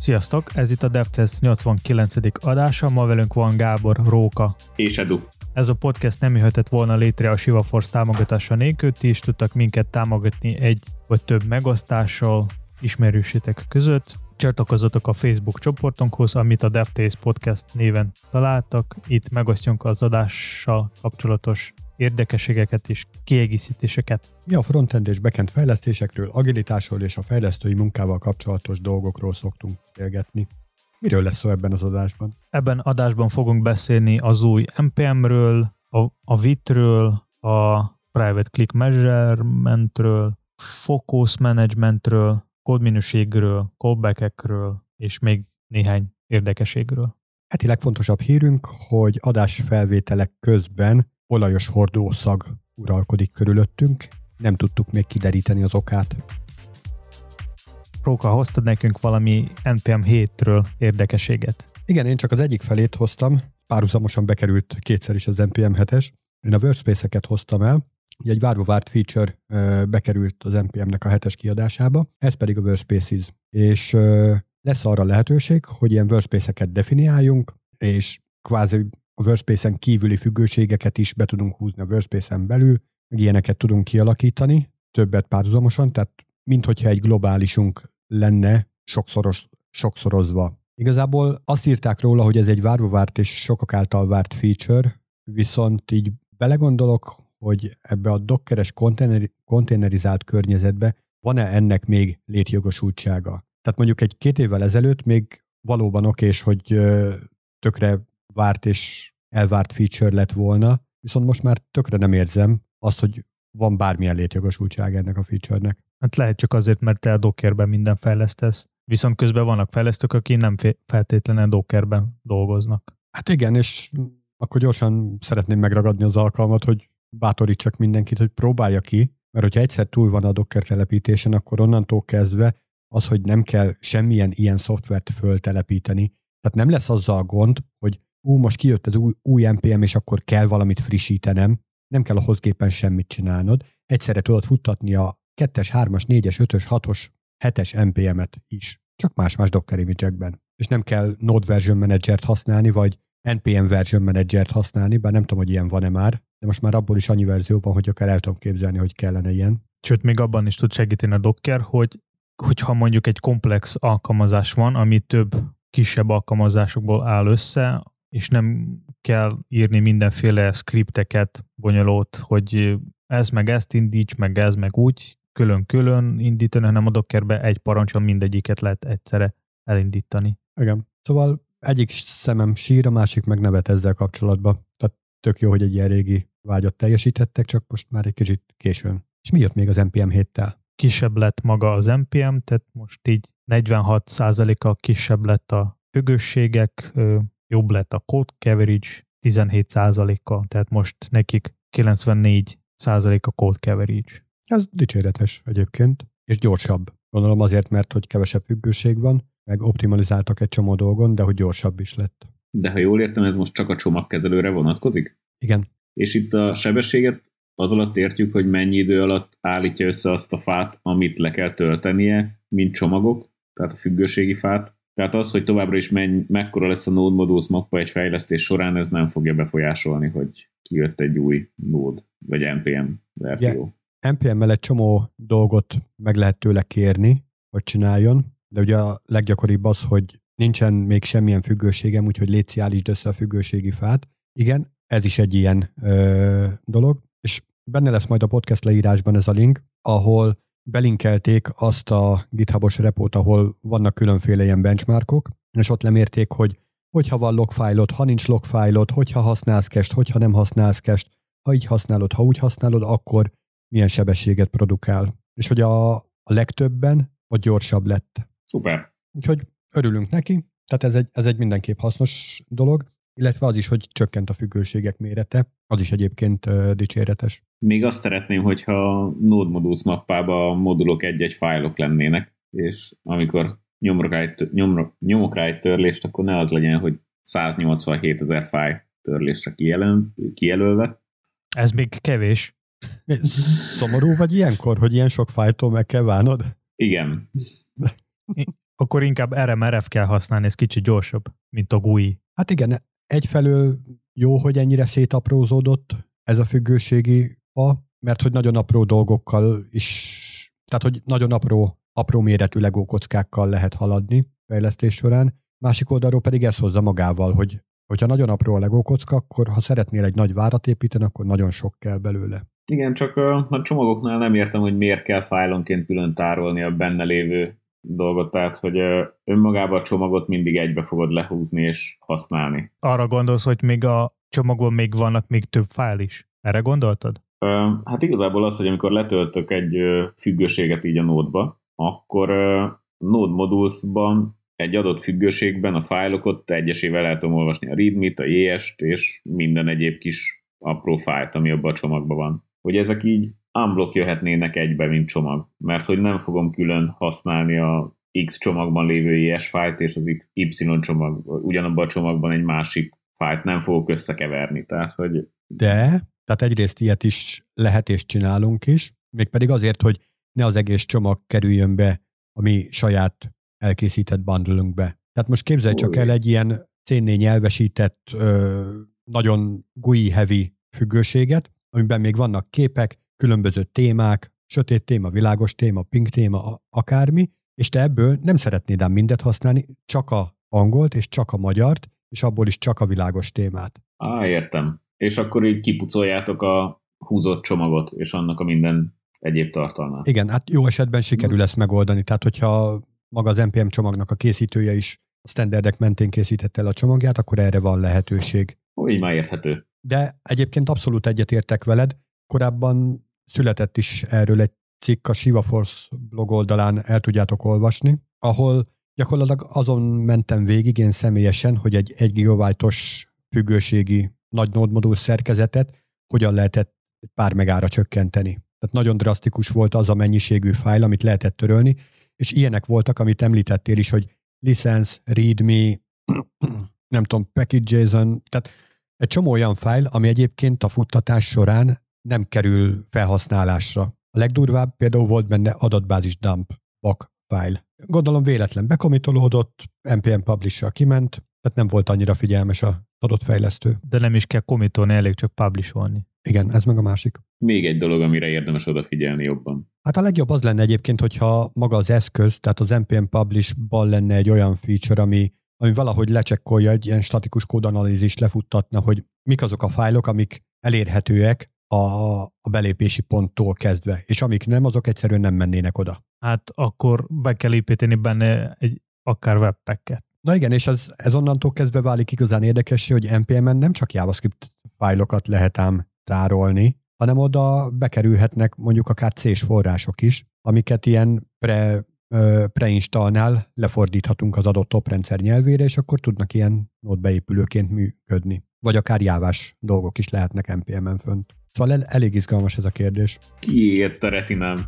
Sziasztok, ez itt a DevTest 89. adása, ma velünk van Gábor, Róka és Edu. Ez a podcast nem jöhetett volna létre a ShivaForce támogatása nélkül, ti is tudtak minket támogatni egy vagy több megosztással ismerősétek között. Csatlakozzatok a Facebook csoportunkhoz, amit a DevTest Podcast néven találtak. Itt megosztjunk az adással kapcsolatos érdekességeket és kiegészítéseket. Mi a frontend és backend fejlesztésekről, agilitásról és a fejlesztői munkával kapcsolatos dolgokról szoktunk beszélgetni. Miről lesz szó ebben az adásban? Ebben adásban fogunk beszélni az új NPM-ről, a Vite-ről, a Private Click Measurementről, Focus Managementről, kódminőségről, callback-ekről és még néhány érdekességről. Heti legfontosabb hírünk, hogy adásfelvételek közben olajos hordószag uralkodik körülöttünk. Nem tudtuk még kideríteni az okát. Róka, hoztad nekünk valami NPM 7-ről érdekességet? Igen, én csak az egyik felét hoztam. Párhuzamosan bekerült kétszer is az NPM 7-es. Én a workspace-eket hoztam el. Egy várva várt feature bekerült az NPM-nek a 7-es kiadásába. Ez pedig a workspaces. És lesz arra lehetőség, hogy ilyen workspace-eket definiáljunk, és kvázi a workspace-en kívüli függőségeket is be tudunk húzni a workspace-en belül, meg ilyeneket tudunk kialakítani, többet párhuzamosan, tehát minthogyha egy globálisunk lenne sokszorozva. Igazából azt írták róla, hogy ez egy várva várt és sokak által várt feature, viszont így belegondolok, hogy ebbe a dockeres konténerizált környezetbe van-e ennek még létjogosultsága. Tehát mondjuk 2 évvel ezelőtt még valóban okés, hogy tökre várt és elvárt feature lett volna, viszont most már tökre nem érzem azt, hogy van bármilyen létjogosultság ennek a feature-nek. Hát lehet csak azért, mert te a Dockerben minden fejlesztesz. Viszont közben vannak fejlesztők, akik nem feltétlenül Dockerben dolgoznak. Hát igen, és akkor gyorsan szeretném megragadni az alkalmat, hogy bátorítsak mindenkit, hogy próbálja ki, mert hogyha egyszer túl van a Docker telepítésen, akkor onnantól kezdve az, hogy nem kell semmilyen ilyen szoftvert föltelepíteni. Tehát nem lesz azzal a gond, hogy most kijött az új NPM, és akkor kell valamit frissítenem. Nem kell a hostgépen semmit csinálnod. Egyszerre tudod futtatni a 2-es, 3-as, 4-es, 5-ös, 6-os, 7-es NPM-et is. Csak más-más Docker image-ekben. És nem kell Node Version Manager-t használni, vagy NPM Version Manager-t használni, bár nem tudom, hogy ilyen van-e már, de most már abból is annyi verzió van, hogy akár el tudom képzelni, hogy kellene ilyen. Sőt, még abban is tud segíteni a Docker, hogyha mondjuk egy komplex alkalmazás van, ami több kisebb alkalmazásokból áll össze, és nem kell írni mindenféle scripteket, bonyolult, hogy ez meg ezt indíts, meg ez meg úgy, külön-külön indítani, hanem a Dockerbe egy parancson mindegyiket lehet egyszerre elindítani. Igen. Szóval egyik szemem sír, a másik meg nevet ezzel kapcsolatban. Tehát tök jó, hogy egy ilyen régi vágyat teljesítettek, csak most már egy kicsit későn. És mi jött még az NPM 7-tel? Kisebb lett maga az NPM, tehát most így 46%-kal kisebb lett a függőségek, jobb lett a code coverage 17%-kal, tehát most nekik 94% a code coverage. Ez dicséretes egyébként, és gyorsabb. Gondolom azért, mert hogy kevesebb függőség van, meg optimalizáltak egy csomó dolgon, de hogy gyorsabb is lett. De ha jól értem, ez most csak a csomagkezelőre vonatkozik? Igen. És itt a sebességet az alatt értjük, hogy mennyi idő alatt állítja össze azt a fát, amit le kell töltenie, mint csomagok, tehát a függőségi fát. Tehát az, hogy továbbra is mekkora lesz a Node Modules mappa egy fejlesztés során, ez nem fogja befolyásolni, hogy kijött egy új Node vagy NPM verzió. NPM-mel egy csomó dolgot meg lehet tőle kérni, hogy csináljon, de ugye a leggyakoribb az, hogy nincsen még semmilyen függőségem, úgyhogy létszi, állítsd össze a függőségi fát. Igen, ez is egy ilyen dolog, és benne lesz majd a podcast leírásban ez a link, ahol belinkelték azt a GitHub-os repót, ahol vannak különféle ilyen benchmarkok, és ott lemérték, hogyha van logfájlod, ha nincs logfájlod, hogyha használsz cache-t, hogyha nem használsz cache-t, ha így használod, ha úgy használod, akkor milyen sebességet produkál. És hogy a legtöbben ott gyorsabb lett. Szuper. Úgyhogy örülünk neki, tehát ez egy mindenképp hasznos dolog, illetve az is, hogy csökkent a függőségek mérete, az is egyébként dicséretes. Még azt szeretném, hogyha Node Modules mappában a modulok egy-egy fájlok lennének, és amikor nyomok rá egy törlést, akkor ne az legyen, hogy 187 000 fájl törlésre kijelölve. Ez még kevés. Szomorú vagy ilyenkor, hogy ilyen sok fájltól meg kell válnod? Igen. Akkor inkább RMRF kell használni, ez kicsit gyorsabb, mint a GUI. Hát igen, egyfelől jó, hogy ennyire szétaprózódott ez a függőségi fa, mert hogy nagyon apró dolgokkal is, tehát hogy nagyon apró méretű Lego kockákkal lehet haladni fejlesztés során. Másik oldalról pedig ez hozza magával, hogyha nagyon apró a Lego kocka, akkor ha szeretnél egy nagy várat építeni, akkor nagyon sok kell belőle. Igen, csak a csomagoknál nem értem, hogy miért kell fájlonként külön tárolni a benne lévő dolgot, tehát hogy önmagában a csomagot mindig egybe fogod lehúzni és használni. Arra gondolsz, hogy még a csomagban még vannak még több fájl is? Erre gondoltad? Hát igazából az, hogy amikor letöltök egy függőséget így a Node-ba, akkor Node Modules-ban egy adott függőségben a fájlokat egyesével el tudom olvasni, a readme-t, a JS-t és minden egyéb kis apró fájlt, ami abban a csomagban van. Hogy ezek így unblock jöhetnének egybe, mint csomag, mert hogy nem fogom külön használni a X csomagban lévő JS fájlt és az Y csomag, ugyanabban a csomagban egy másik fájlt nem fogok összekeverni. Tehát egyrészt ilyet is lehet és csinálunk is, mégpedig azért, hogy ne az egész csomag kerüljön be a mi saját elkészített bundle-ünkbe. Tehát most képzelj csak el egy ilyen C4 nyelvesített, nagyon GUI-heavy függőséget, amiben még vannak képek, különböző témák, sötét téma, világos téma, pink téma, akármi, és te ebből nem szeretnéd ám mindet használni, csak a angolt és csak a magyart, és abból is csak a világos témát. Értem. És akkor így kipucoljátok a húzott csomagot, és annak a minden egyéb tartalmát. Igen, hát jó esetben sikerül ezt megoldani, tehát hogyha maga az NPM csomagnak a készítője is a standardek mentén készítette el a csomagját, akkor erre van lehetőség. Így már érthető. De egyébként abszolút egyetértek veled. Korábban született is erről egy cikk a Shiva Force blog oldalán, el tudjátok olvasni, ahol gyakorlatilag azon mentem végig én személyesen, hogy egy 1 GB-os függőségi nagy node modul szerkezetet hogyan lehetett egy pár megára csökkenteni. Tehát nagyon drasztikus volt az a mennyiségű fájl, amit lehetett törölni, és ilyenek voltak, amit említettél is, hogy license, readme, nem tudom, package.json, tehát egy csomó olyan fájl, ami egyébként a futtatás során nem kerül felhasználásra. A legdurvább például volt benne adatbázis dump bak fájl. Gondolom véletlen bekomitolódott, npm publish-sal kiment, tehát nem volt annyira figyelmes az adott fejlesztő. De nem is kell commitolni, elég csak publish-olni. Igen, ez meg a másik. Még egy dolog, amire érdemes odafigyelni jobban. Hát a legjobb az lenne egyébként, hogyha maga az eszköz, tehát az npm publish-ban lenne egy olyan feature, ami valahogy lecsekkolja, egy ilyen statikus kódanalízist lefuttatna, hogy mik azok a fájlok, amik elérhetőek a belépési ponttól kezdve, és amik nem, azok egyszerűen nem mennének oda. Hát akkor be kell építeni benne egy akár webpacket. Na igen, és ez onnantól kezdve válik igazán érdekessé, hogy NPM-en nem csak JavaScript fájlokat lehet ám tárolni, hanem oda bekerülhetnek mondjuk akár C-s források is, amiket ilyen preinstallnál lefordíthatunk az adott oprendszer nyelvére, és akkor tudnak ilyen node beépülőként működni. Vagy akár jávás dolgok is lehetnek NPM-en fönt. Szóval elég izgalmas ez a kérdés. Kiért a retinám?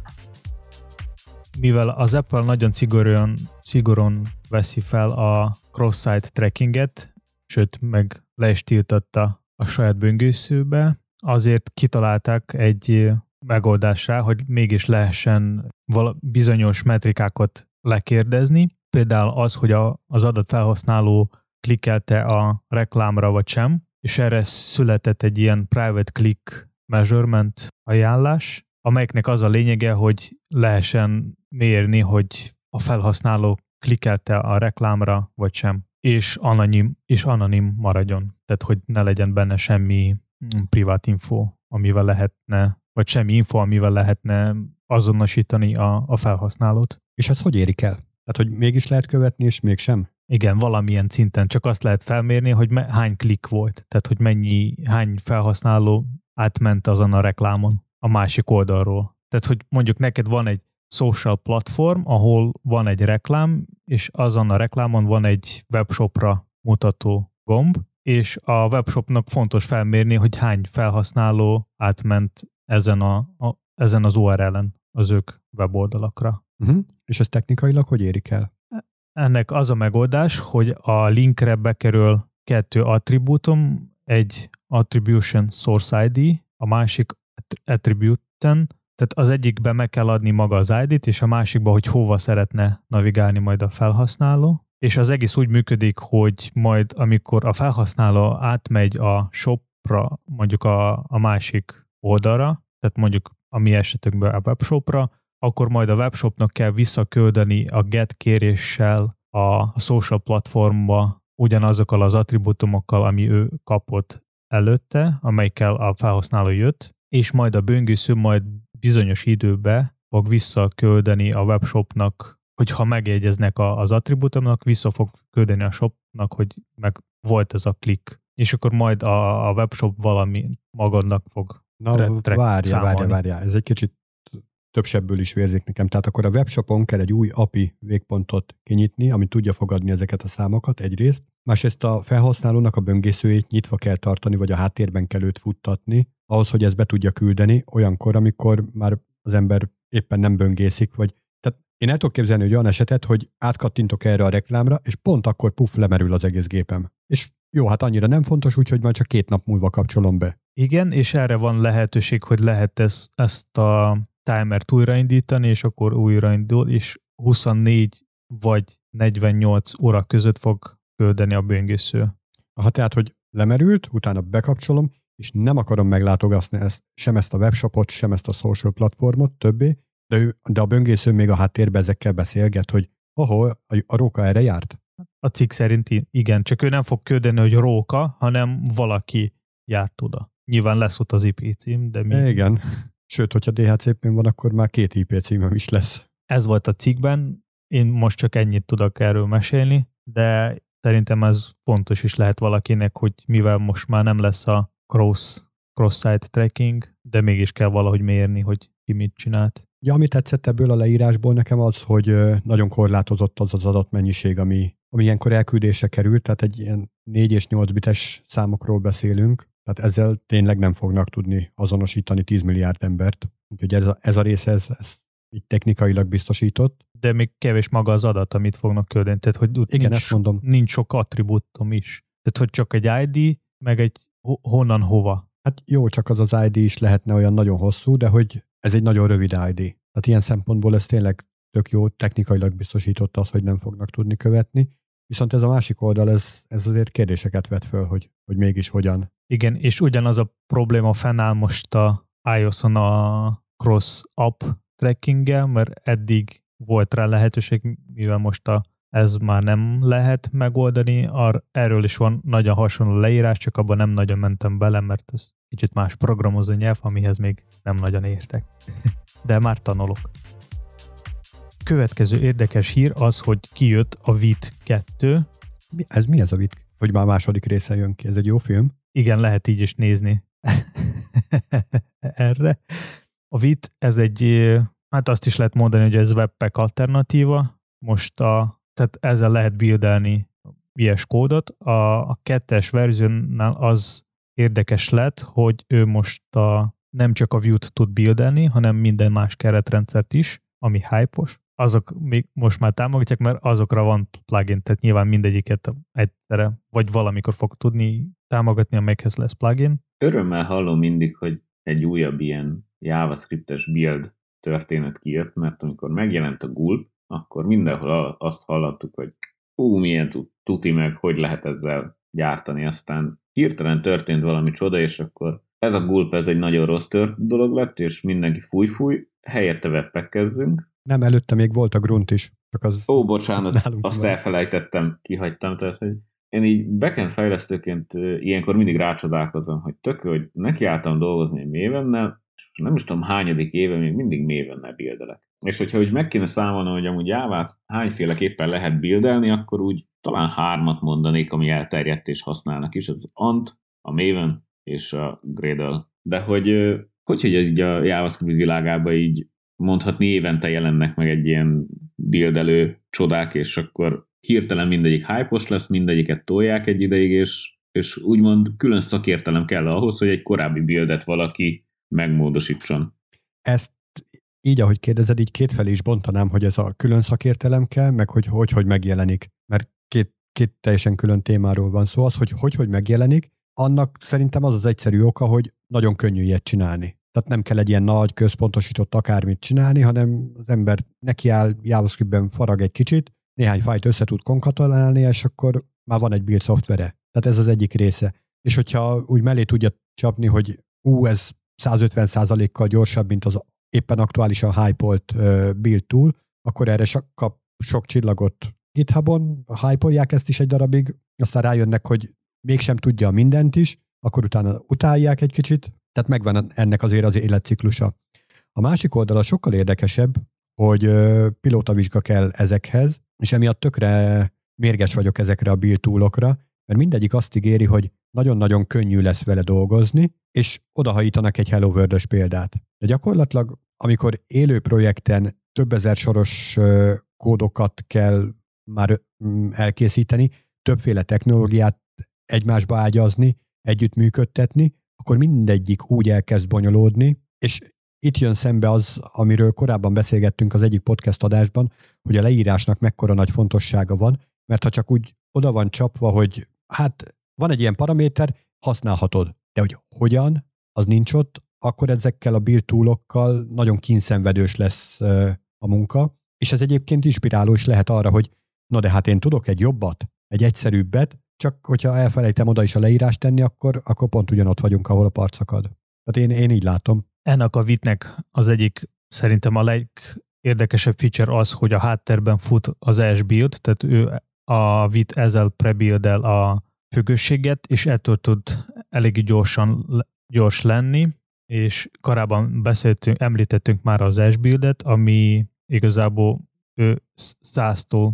Mivel az Apple nagyon szigorúan veszi fel a cross-site trackinget, sőt, meg le is tiltotta a saját böngészőbe, azért kitalálták egy megoldásra, hogy mégis lehessen bizonyos metrikákat lekérdezni. Például az, hogy az adott felhasználó klikkelte a reklámra vagy sem, és erre született egy ilyen private click measurement ajánlás, amelyeknek az a lényege, hogy lehessen mérni, hogy a felhasználó klikkelte a reklámra vagy sem, és anonim maradjon. Tehát, hogy ne legyen benne semmi privát info, amivel lehetne, vagy semmi info, amivel lehetne azonosítani a felhasználót. És ezt hogy érik el? Tehát, hogy mégis lehet követni, és mégsem? Igen, valamilyen szinten csak azt lehet felmérni, hogy hány klik volt, tehát, hogy hány felhasználó átment azon a reklámon a másik oldalról. Tehát, hogy mondjuk neked van egy social platform, ahol van egy reklám, és azon a reklámon van egy webshopra mutató gomb, és a webshopnak fontos felmérni, hogy hány felhasználó átment ezen az URL-en az ők weboldalakra. És ez technikailag hogy érik el? Ennek az a megoldás, hogy a linkre bekerül 2 attribútum, egy attribution source ID, a másik attributen Tehát az egyikben meg kell adni maga az ID-t, és a másikban, hogy hova szeretne navigálni majd a felhasználó. És az egész úgy működik, hogy majd amikor a felhasználó átmegy a shopra, mondjuk a másik oldalra, tehát mondjuk a mi esetünkben a webshopra, akkor majd a webshopnak kell visszaküldeni a get kéréssel a social platformba ugyanazokkal az attribútumokkal, ami ő kapott előtte, amelyikkel a felhasználó jött, és majd a böngésző majd bizonyos időbe fog visszaküldeni a webshopnak, hogyha megjegyeznek az attribútumnak, vissza fog küldeni a shopnak, hogy meg volt ez a klik. És akkor majd a webshop valami magadnak fog várjál, ez egy kicsit több sebből is vérzik nekem. Tehát akkor a webshopon kell egy új API végpontot kinyitni, ami tudja fogadni ezeket a számokat egyrészt. Másrészt a felhasználónak a böngészőjét nyitva kell tartani, vagy a háttérben kell őt futtatni, ahhoz, hogy ezt be tudja küldeni olyankor, amikor már az ember éppen nem böngészik, vagy tehát én el tudok képzelni egy olyan esetet, hogy átkattintok erre a reklámra, és pont akkor lemerül az egész gépem. És jó, hát annyira nem fontos, úgyhogy majd csak 2 nap múlva kapcsolom be. Igen, és erre van lehetőség, hogy lehet ezt a timert újraindítani, és akkor újraindul, és 24 vagy 48 óra között fog küldeni a böngésző. Aha, tehát, hogy lemerült, utána bekapcsolom, és nem akarom meglátogatni sem ezt a webshopot, sem ezt a social platformot többé, de a böngésző még a háttérben ezekkel beszélget, hogy a róka erre járt? A cikk szerint igen, csak ő nem fog küldeni, hogy róka, hanem valaki járt oda. Nyilván lesz ott az IP cím, de mi... Igen. Sőt, hogyha DHCP-n van, akkor már 2 IP címem is lesz. Ez volt a cikkben, én most csak ennyit tudok erről mesélni, de szerintem ez fontos is lehet valakinek, hogy mivel most már nem lesz a cross-site tracking, de mégis kell valahogy mérni, hogy ki mit csinált. Ja, ami tetszett ebből a leírásból nekem az, hogy nagyon korlátozott az adatmennyiség, ami ilyenkor elküldésre került, tehát egy ilyen 4 és 8 bites számokról beszélünk, tehát ezzel tényleg nem fognak tudni azonosítani 10 milliárd embert. Úgyhogy ez a rész, ez így technikailag biztosított. De még kevés maga az adat, amit fognak küldeni. Tehát, hogy igen, ezt mondom. Nincs sok attribútum is. Tehát, hogy csak egy ID, meg egy honnan hova. Hát jó, csak az ID is lehetne olyan nagyon hosszú, de hogy ez egy nagyon rövid ID. Tehát ilyen szempontból ez tényleg tök jó, technikailag biztosított az, hogy nem fognak tudni követni. Viszont ez a másik oldal, ez azért kérdéseket vet föl, hogy mégis hogyan. Igen, és ugyanaz a probléma fennáll most a iOS-on a cross-app trackinggel, mert eddig volt rá lehetőség, mivel most ez már nem lehet megoldani. Erről is van nagyon hasonló leírás, csak abban nem nagyon mentem bele, mert ez kicsit más programozó nyelv, amihez még nem nagyon értek. De már tanulok. Következő érdekes hír az, hogy kijött a VIT 2. Mi ez a VIT? Hogy már második része jön ki. Ez egy jó film? Igen, lehet így is nézni erre. A VIT, ez egy, hát azt is lehet mondani, hogy ez Webpack alternatíva. Most tehát ezzel lehet buildelni VS kódot. A 2-es verziónál az érdekes lett, hogy ő most nem csak a Vue-t tud buildelni, hanem minden más keretrendszert is, ami hype-os. Azok még most már támogatják, mert azokra van plugin, tehát nyilván mindegyiket egyszerre, vagy valamikor fog tudni támogatni, amelyekhez lesz plugin. Örömmel hallom mindig, hogy egy újabb ilyen JavaScript-es build történet kijött, mert amikor megjelent a Gulp, akkor mindenhol azt hallottuk, hogy milyen tuti meg, hogy lehet ezzel gyártani. Aztán hirtelen történt valami csoda, és akkor ez a Gulp, ez egy nagyon rossz dolog lett, és mindenki fúj, helyette webpackezzünk. Nem, előtte még volt a Grunt is. Csak az bocsánat, azt elfelejtettem, kihagytam, tehát hogy én így backend fejlesztőként ilyenkor mindig rácsodálkozom, hogy hogy nekiálltam dolgozni egy Mavennel, és nem is tudom hányadik éve még mindig Mavennel buildelek. És hogyha úgy meg kéne számolnom, hogy amúgy Jávát hányféleképpen lehet buildelni, akkor úgy talán 3 mondanék, ami elterjedt és használnak is, az Ant, a Maven és a Gradle. De hogy ez így a JavaScript világában így mondhatni évente jelennek meg egy ilyen buildelő csodák, és akkor hirtelen mindegyik hype-os lesz, mindegyiket tolják egy ideig, és úgymond külön szakértelem kell ahhoz, hogy egy korábbi buildet valaki megmódosítson. Ezt így, ahogy kérdezed, így kétfelé is bontanám, hogy ez a külön szakértelem kell, meg hogy megjelenik. Mert két teljesen külön témáról van szó. Az, hogy megjelenik, annak szerintem az egyszerű oka, hogy nagyon könnyű ilyet csinálni. tehát nem kell egy ilyen nagy, központosított akármit csinálni, hanem az ember nekiáll, JavaScriptben farag egy kicsit, néhány fájlt össze tud konkatalálni, és akkor már van egy build szoftvere. Tehát ez az egyik része. És hogyha úgy mellé tudja csapni, hogy ez 150%-kal gyorsabb, mint az éppen aktuálisan hype-olt build tool, akkor erre kap sok csillagot GitHubon, hype-olják ezt is egy darabig, aztán rájönnek, hogy mégsem tudja mindent is, akkor utána utálják egy kicsit, tehát megvan ennek azért az életciklusa. A másik oldala sokkal érdekesebb, hogy pilótavizsga kell ezekhez, és emiatt tökre mérges vagyok ezekre a build toolokra, mert mindegyik azt ígéri, hogy nagyon-nagyon könnyű lesz vele dolgozni, és odahajítanak egy Hello World-ös példát. De gyakorlatilag, amikor élő projekten több ezer soros kódokat kell már elkészíteni, többféle technológiát egymásba ágyazni, együtt működtetni, akkor mindegyik úgy elkezd bonyolódni, és itt jön szembe az, amiről korábban beszélgettünk az egyik podcast adásban, hogy a leírásnak mekkora nagy fontossága van, mert ha csak úgy oda van csapva, hogy hát van egy ilyen paraméter, használhatod, de hogy hogyan, az nincs ott, akkor ezekkel a build toolokkal nagyon kínszenvedős lesz a munka, és ez egyébként inspiráló is lehet arra, hogy na de hát én tudok egy jobbat, egy egyszerűbbet, csak hogyha elfelejtem oda is a leírást tenni, akkor pont ugyanott vagyunk, ahol a part szakad. Tehát én így látom. Ennek a Vite-nek az egyik szerintem a legérdekesebb feature az, hogy a háttérben fut az ES build, tehát ő a Vite ezzel prebuild-el a függőséget, és ettől tud eléggig gyors lenni, és korábban említettünk már az ES buildet, ami igazából 10-től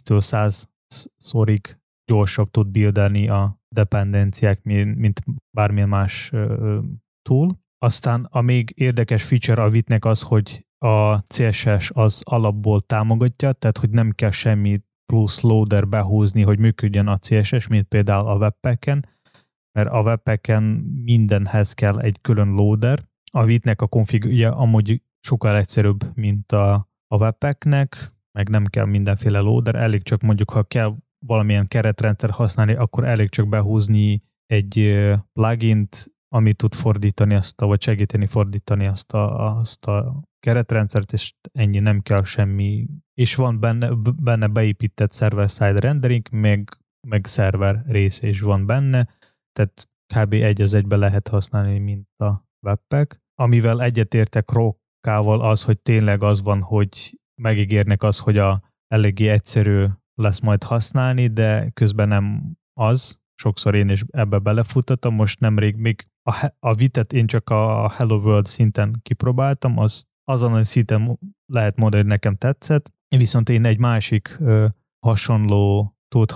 100-szorig gyorsabb tud buildelni a dependenciák, mint bármilyen más tool. Aztán a még érdekes feature a Vite-nek az, hogy a CSS az alapból támogatja, tehát hogy nem kell semmi plusz loader behúzni, hogy működjön a CSS, mint például a Webpack-en, mert a Webpack-en mindenhez kell egy külön loader. A Vite-nek a configja amúgy sokkal egyszerűbb, mint a Webpack-nek, meg nem kell mindenféle loader, elég csak mondjuk, ha kell valamilyen keretrendszer használni, akkor elég csak behúzni egy plugint, ami tud fordítani vagy segíteni fordítani azt a keretrendszert, és ennyi, nem kell semmi. És van benne beépített server-side rendering, meg szerver része is van benne, tehát kb. Egy az egybe lehet használni, mint a Webpack. Amivel egyetértek Rókával az, hogy tényleg az van, hogy megígérnek az, hogy eléggé egyszerű lesz majd használni, de közben nem az. Sokszor én is ebbe belefutottam, most nemrég még a Vite-et én csak a Hello World szinten kipróbáltam, azon a szinten lehet mondani, hogy nekem tetszett, viszont én egy másik hasonló tót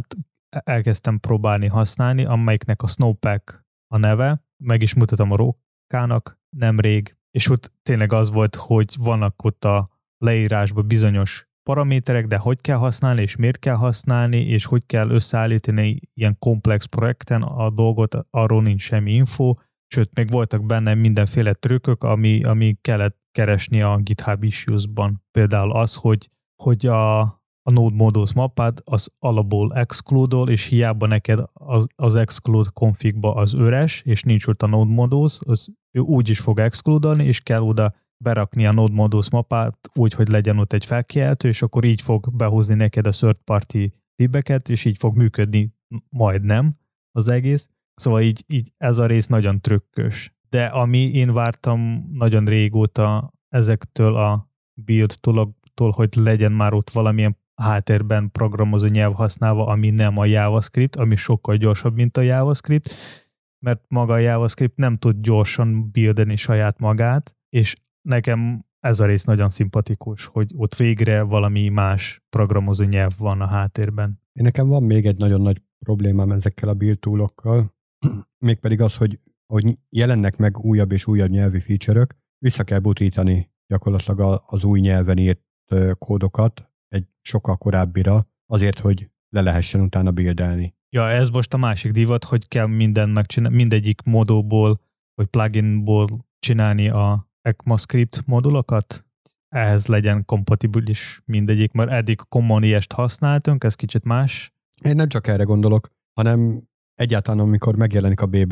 elkezdtem próbálni használni, amelyiknek a Snowpack a neve, meg is mutatom a Rókának nemrég, és ott tényleg az volt, hogy vannak ott a leírásban bizonyos paraméterek, de hogy kell használni, és miért kell használni, és hogy kell összeállítani ilyen komplex projekten a dolgot, arról nincs semmi info, sőt, még voltak benne mindenféle trükkök, ami kellett keresni a GitHub issues-ban. Például az, hogy a node modules mappát az alapból exclude-ol, és hiába neked az exclude configba az üres, és nincs ott a node modules, ő úgy is fog exclude-olni, és kell oda berakni a node modules mappát úgy, hogy legyen ott egy felkiáltó, és akkor így fog behúzni neked a third party libeket, és így fog működni majdnem az egész. Szóval így ez a rész nagyon trükkös. De ami én vártam nagyon régóta ezektől a build-tól, hogy legyen már ott valamilyen háttérben programozó nyelv használva, ami nem a JavaScript, ami sokkal gyorsabb, mint a JavaScript, mert maga a JavaScript nem tud gyorsan buildeni saját magát, és nekem ez a rész nagyon szimpatikus, hogy ott végre valami más programozó nyelv van a háttérben. Nekem van még egy nagyon nagy problémám ezekkel a build toolokkal, mégpedig az, hogy jelennek meg újabb és újabb nyelvi feature-ök, vissza kell butítani gyakorlatilag az új nyelven írt kódokat egy sokkal korábbira, azért, hogy le lehessen utána buildelni. Ja, ez most a másik divat, hogy kell mindent megcsinálni, mindegyik modulból, vagy pluginból csinálni a ECMAScript modulokat, ehhez legyen kompatibilis mindegyik, mert eddig Common IS-t használtunk, ez kicsit más. Én nem csak erre gondolok, hanem egyáltalán amikor megjelenik a Babel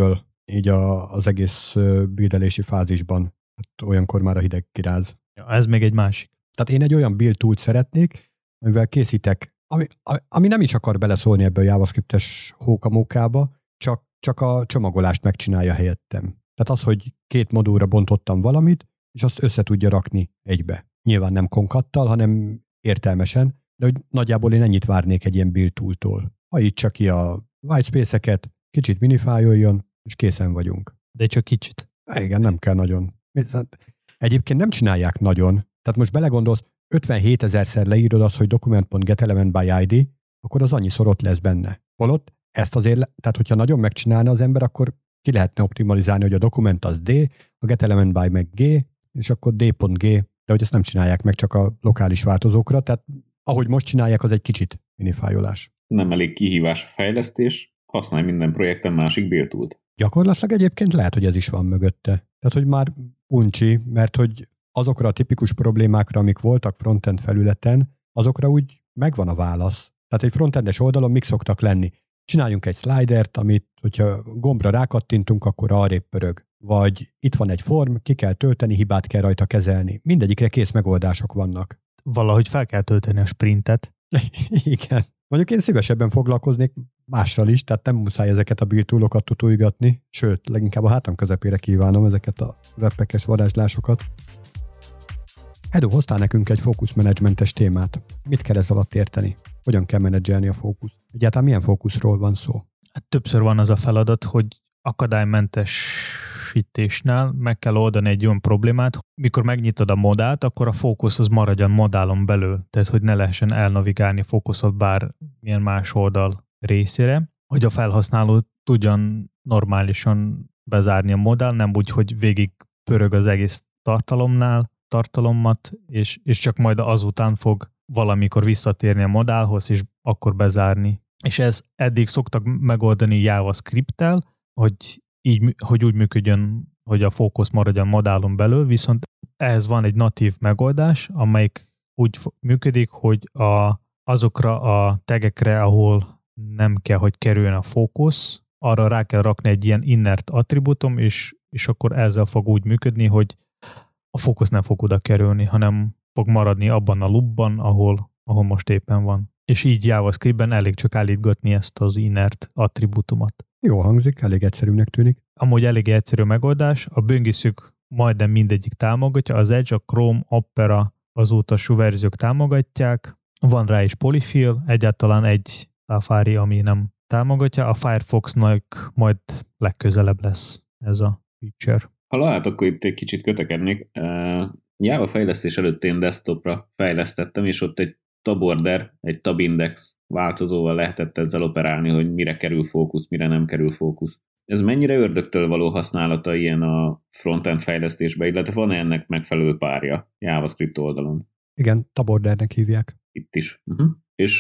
így az egész buildelési fázisban. Hát olyankor már a hideg kiráz. Ja, ez még egy másik. Tehát én egy olyan build tool-t szeretnék, amivel készítek, ami nem is akar beleszólni ebbe a JavaScript-es hókamókába, csak a csomagolást megcsinálja helyettem. Tehát az, hogy 2 modulra bontottam valamit, és azt össze tudja rakni egybe. Nyilván nem konkattal, hanem értelmesen, de hogy nagyjából én ennyit várnék egy ilyen build tool-tól. Hajítsa ki a whitespace-eket, kicsit minifájoljon, és készen vagyunk. De csak kicsit. Igen, nem kell nagyon. Egyébként nem csinálják nagyon. Tehát most belegondolsz, 57 000-szer leírod azt, hogy document.getElementById, akkor az annyiszor ott lesz benne. Holott ezt azért, tehát hogyha nagyon megcsinálna az ember, akkor ki lehetne optimalizálni, hogy a dokument az D, a getElementBy meg G, és akkor D.G, de hogy ezt nem csinálják meg csak a lokális változókra, tehát ahogy most csinálják, az egy kicsit minifájolás. Nem elég kihívás a fejlesztés, használj minden projekten másik build tool-t. Gyakorlatilag egyébként lehet, hogy ez is van mögötte. Tehát, hogy már uncsi, mert hogy azokra a tipikus problémákra, amik voltak frontend felületen, azokra úgy megvan a válasz. Tehát egy frontendes oldalon mik szoktak lenni? Csináljunk egy slidert, amit, hogyha gombra rákattintunk, akkor arrébb pörög. Vagy itt van egy form, ki kell tölteni, hibát kell rajta kezelni. Mindegyikre kész megoldások vannak. Valahogy fel kell tölteni a sprintet. Igen. Mondjuk én szívesebben foglalkoznék mással is, tehát nem muszáj ezeket a build tool-okat tutulgatni, sőt, leginkább a hátam közepére kívánom ezeket a webpackes varázslásokat. Edu, hoztál nekünk egy fókuszmenedzsmentes témát. Mit kell ez alatt érteni? Hogyan kell menedzselni a fókuszt? Egyáltalán milyen fókuszról van szó? Hát többször van az a feladat, hogy akadálymentesítésnál meg kell oldani egy olyan problémát, mikor megnyitod a modát, akkor a fókusz az maradjon modálon belül, tehát hogy ne lehessen elnavigálni fókuszot bármilyen más oldal részére, hogy a felhasználó tudjon normálisan bezárni a modál, nem úgy, hogy végig pörög az egész tartalomat, és csak majd azután fog valamikor visszatérni a modálhoz, és akkor bezárni. És ez eddig szoktak megoldani JavaScript-tel, hogy úgy működjön, hogy a fókusz maradjon modálon belül, viszont ehhez van egy natív megoldás, amelyik úgy működik, hogy azokra a tagekre, ahol nem kell, hogy kerüljön a fókusz, arra rá kell rakni egy ilyen innert attribútum, és akkor ezzel fog úgy működni, hogy a fókusz nem fog oda kerülni, hanem fog maradni abban a loopban, ahol most éppen van. És így JavaScriptben elég csak állítgatni ezt az innert attribútumot. Jó hangzik, elég egyszerűnek tűnik. Amúgy elég egyszerű megoldás. A böngészők majdnem mindegyik támogatja. Az Edge, a Chrome, Opera, az utolsó verziók támogatják. Van rá is polyfill, egyáltalán egy Safari, ami nem támogatja. A Firefoxnak majd legközelebb lesz ez a feature. Ha lehet, akkor itt egy kicsit kötekednék. Java fejlesztés előtt én desktopra fejlesztettem, és ott egy taborder, egy tabindex változóval lehetett ezzel operálni, hogy mire kerül fókusz, mire nem kerül fókusz. Ez mennyire ördögtől való használata ilyen a frontend fejlesztésbe, illetve van ennek megfelelő párja JavaScript oldalon? Igen, tabordernek hívják. Itt is. És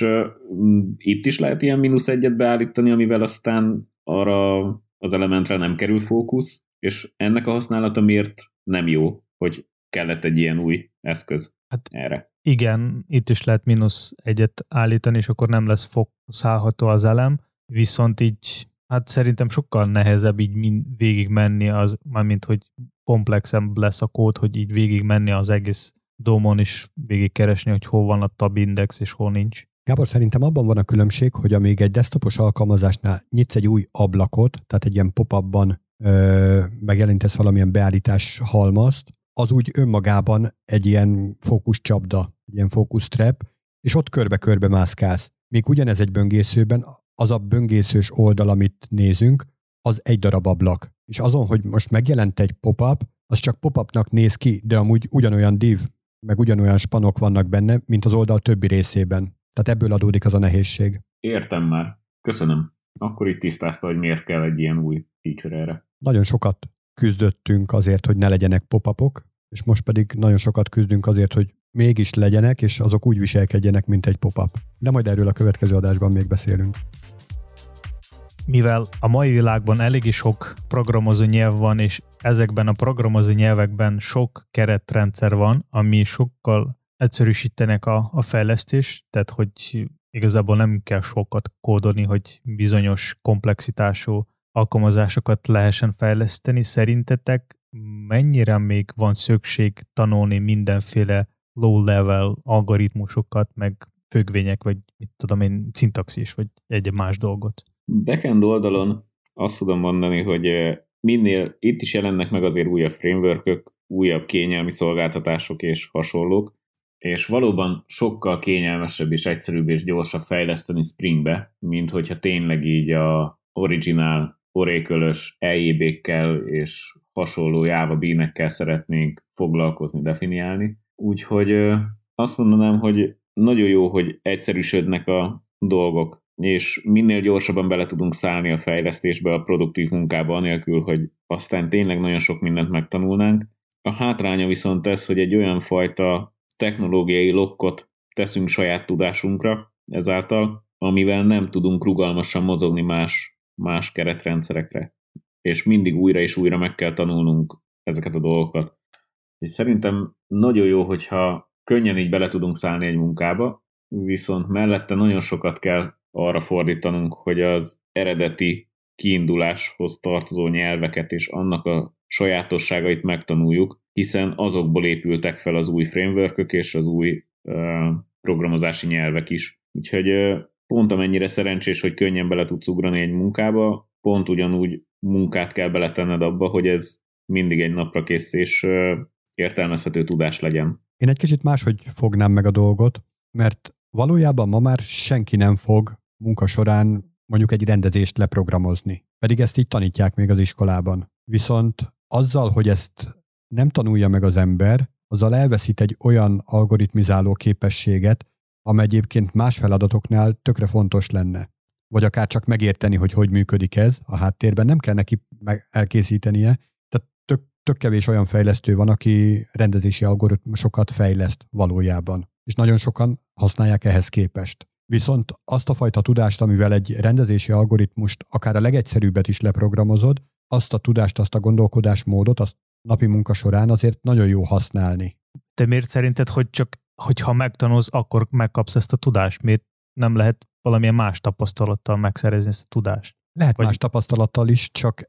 itt is lehet ilyen -1-et beállítani, amivel aztán arra az elementre nem kerül fókusz, és ennek a használata miért nem jó, hogy kellett egy ilyen új eszköz erre? Igen, itt is lehet -1-et állítani, és akkor nem lesz fókuszálható az elem, viszont így hát szerintem sokkal nehezebb így végig menni, mármint hogy komplexebb lesz a kód, hogy így végig menni az egész DOM-on is végig keresni, hogy hol van a tab index és hol nincs. Gábor, szerintem abban van a különbség, hogy amíg egy desktopos alkalmazásnál nyitsz egy új ablakot, tehát egy ilyen pop-upban megjelentesz valamilyen beállítás halmazt, az úgy önmagában egy ilyen fókuszcsapda, egy ilyen fókusztrap, és ott körbe-körbe mászkálsz. Míg ugyanez egy böngészőben, az a böngészős oldal, amit nézünk, az egy darab ablak. És azon, hogy most megjelent egy pop-up, az csak pop-upnak néz ki, de amúgy ugyanolyan div, meg ugyanolyan spanok vannak benne, mint az oldal többi részében. Tehát ebből adódik az a nehézség. Értem már. Köszönöm. Akkor itt tisztázta, hogy miért kell egy ilyen új feature erre. Nagyon sokat küzdöttünk azért, hogy ne legyenek pop-upok, és most pedig nagyon sokat küzdünk azért, hogy mégis legyenek, és azok úgy viselkedjenek, mint egy pop-up. De majd erről a következő adásban még beszélünk. Mivel a mai világban eléggé sok programozó nyelv van, és ezekben a programozó nyelvekben sok keretrendszer van, ami sokkal egyszerűsítenek a fejlesztést, tehát hogy igazából nem kell sokat kódolni, hogy bizonyos komplexitású alkalmazásokat lehessen fejleszteni. Szerintetek mennyire még van szükség tanulni mindenféle low-level algoritmusokat, meg függvények, vagy mit tudom én, szintaxis, vagy egy más dolgot? Backend oldalon azt tudom mondani, hogy minél itt is jelennek meg azért újabb frameworkök, újabb kényelmi szolgáltatások és hasonlók, és valóban sokkal kényelmesebb és egyszerűbb és gyorsabb fejleszteni Springbe, mint hogyha tényleg így a original Oracle-ös EJB-kkel és hasonló Java beanekkel szeretnénk foglalkozni, definiálni. Úgyhogy azt mondanám, hogy nagyon jó, hogy egyszerűsödnek a dolgok, és minél gyorsabban bele tudunk szállni a fejlesztésbe, a produktív munkába, anélkül, hogy aztán tényleg nagyon sok mindent megtanulnánk. A hátránya viszont ez, hogy egy olyan fajta technológiai lokkot teszünk saját tudásunkra ezáltal, amivel nem tudunk rugalmasan mozogni más keretrendszerekre. És mindig újra és újra meg kell tanulnunk ezeket a dolgokat. És szerintem nagyon jó, hogyha könnyen így bele tudunk szállni egy munkába, viszont mellette nagyon sokat kell arra fordítanunk, hogy az eredeti kiinduláshoz tartozó nyelveket és annak a sajátosságait megtanuljuk, hiszen azokból épültek fel az új frameworkök és az új programozási nyelvek is. Úgyhogy pont amennyire szerencsés, hogy könnyen bele tudsz ugrani egy munkába, pont ugyanúgy munkát kell beletenned abba, hogy ez mindig egy napra kész és értelmezhető tudás legyen. Én egy kicsit máshogy fognám meg a dolgot, mert valójában ma már senki nem fog munka során mondjuk egy rendezést leprogramozni. Pedig ezt így tanítják még az iskolában. Viszont azzal, hogy ezt nem tanulja meg az ember, azzal elveszít egy olyan algoritmizáló képességet, amely egyébként más feladatoknál tökre fontos lenne. Vagy akár csak megérteni, hogy működik ez a háttérben. Nem kell neki elkészítenie. Tehát tök kevés olyan fejlesztő van, aki rendezési algoritmusokat fejleszt valójában. És nagyon sokan használják ehhez képest. Viszont azt a fajta tudást, amivel egy rendezési algoritmust akár a legegyszerűbbet is leprogramozod, azt a tudást, azt a gondolkodásmódot, azt napi munka során azért nagyon jó használni. Te miért szerinted, hogyha megtanulsz, akkor megkapsz ezt a tudást? Miért nem lehet valamilyen más tapasztalattal megszerezni ezt a tudást? Lehet más tapasztalattal is, csak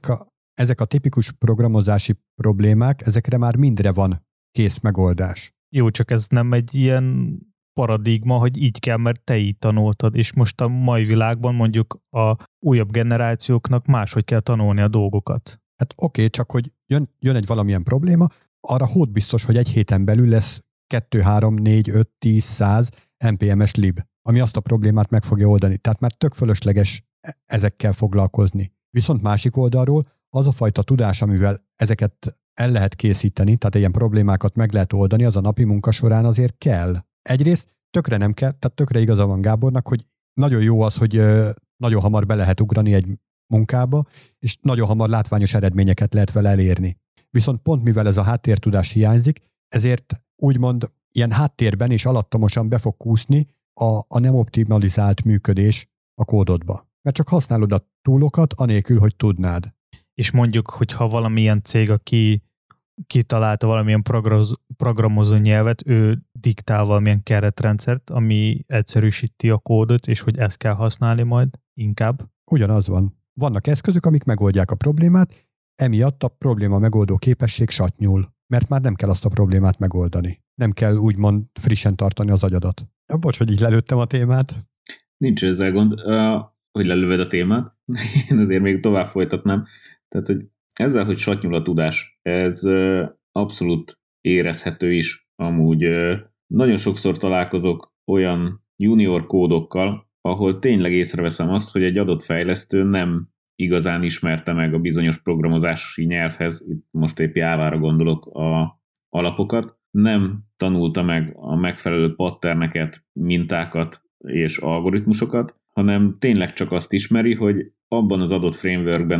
ezek a tipikus programozási problémák, ezekre már mindre van kész megoldás. Jó, csak ez nem egy ilyen paradigma, hogy így kell, mert te így tanultad, és most a mai világban mondjuk a újabb generációknak máshogy kell tanulni a dolgokat. Hát oké, csak hogy jön egy valamilyen probléma, arra hód biztos, hogy egy héten belül lesz 2, 3, 4, 5, 10, 100 NPM-es lib, ami azt a problémát meg fogja oldani. Tehát már tök fölösleges ezekkel foglalkozni. Viszont másik oldalról az a fajta tudás, amivel ezeket el lehet készíteni, tehát ilyen problémákat meg lehet oldani, az a napi munka során azért kell. Egyrészt tökre nem kell, tehát tökre igaza van Gábornak, hogy nagyon jó az, hogy nagyon hamar be lehet ugrani egy munkába, és nagyon hamar látványos eredményeket lehet vele elérni. Viszont pont mivel ez a háttértudás hiányzik, ezért úgymond ilyen háttérben és alattomosan be fog kúszni a nem optimalizált működés a kódodba. Mert csak használod a túlokat, anélkül, hogy tudnád. És mondjuk, hogyha valamilyen cég, aki kitalálta valamilyen programozó nyelvet, ő diktál valamilyen keretrendszert, ami egyszerűsíti a kódot, és hogy ezt kell használni majd inkább. Ugyanaz van. Vannak eszközök, amik megoldják a problémát, emiatt a probléma megoldó képesség satnyúl, mert már nem kell azt a problémát megoldani. Nem kell úgymond frissen tartani az agyadat. Bocs, hogy így lelőttem a témát. Nincs ezzel gond, hogy lelövöd a témát. Én azért még tovább folytatnám. Tehát, hogy ezzel, hogy satnyúl a tudás, ez abszolút érezhető is. Amúgy nagyon sokszor találkozok olyan junior kódokkal, ahol tényleg észreveszem azt, hogy egy adott fejlesztő nem igazán ismerte meg a bizonyos programozási nyelvhez, itt most épp Jávára gondolok, a alapokat, nem tanulta meg a megfelelő patterneket, mintákat és algoritmusokat, hanem tényleg csak azt ismeri, hogy abban az adott frameworkben,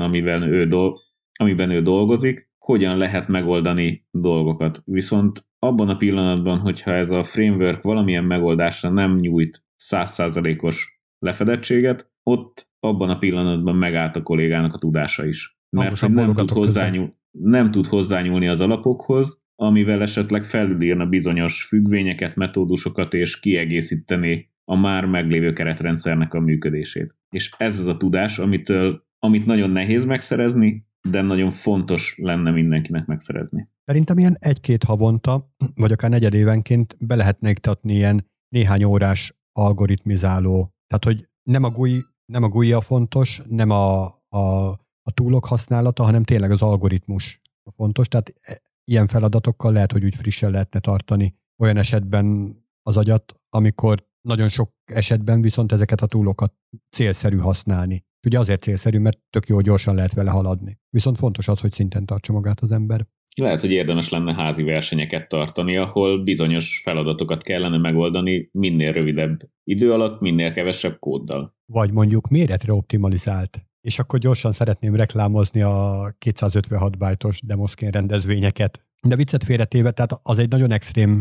amiben ő dolgozik, hogyan lehet megoldani dolgokat. Viszont abban a pillanatban, hogyha ez a framework valamilyen megoldásra nem nyújt 100%-os lefedettséget, ott abban a pillanatban megállt a kollégának a tudása is. Mert nem tud hozzányúlni az alapokhoz, amivel esetleg felülírna bizonyos függvényeket, metódusokat, és kiegészíteni a már meglévő keretrendszernek a működését. És ez az a tudás, amit nagyon nehéz megszerezni, de nagyon fontos lenne mindenkinek megszerezni. Szerintem ilyen 1-2 havonta, vagy akár negyedévenként be lehetne iktatni ilyen néhány órás algoritmizáló. Tehát, hogy nem a GUI a fontos, nem a toolok használata, hanem tényleg az algoritmus a fontos. Tehát ilyen feladatokkal lehet, hogy úgy frissen lehetne tartani olyan esetben az agyat, amikor nagyon sok esetben viszont ezeket a toolokat célszerű használni. Ugye azért célszerű, mert tök jó gyorsan lehet vele haladni. Viszont fontos az, hogy szinten tartsa magát az ember. Lehet, hogy érdemes lenne házi versenyeket tartani, ahol bizonyos feladatokat kellene megoldani minél rövidebb idő alatt, minél kevesebb kóddal. Vagy mondjuk méretre optimalizált. És akkor gyorsan szeretném reklámozni a 256 bájtos Demoszkén rendezvényeket. De viccet félretéve, tehát az egy nagyon extrém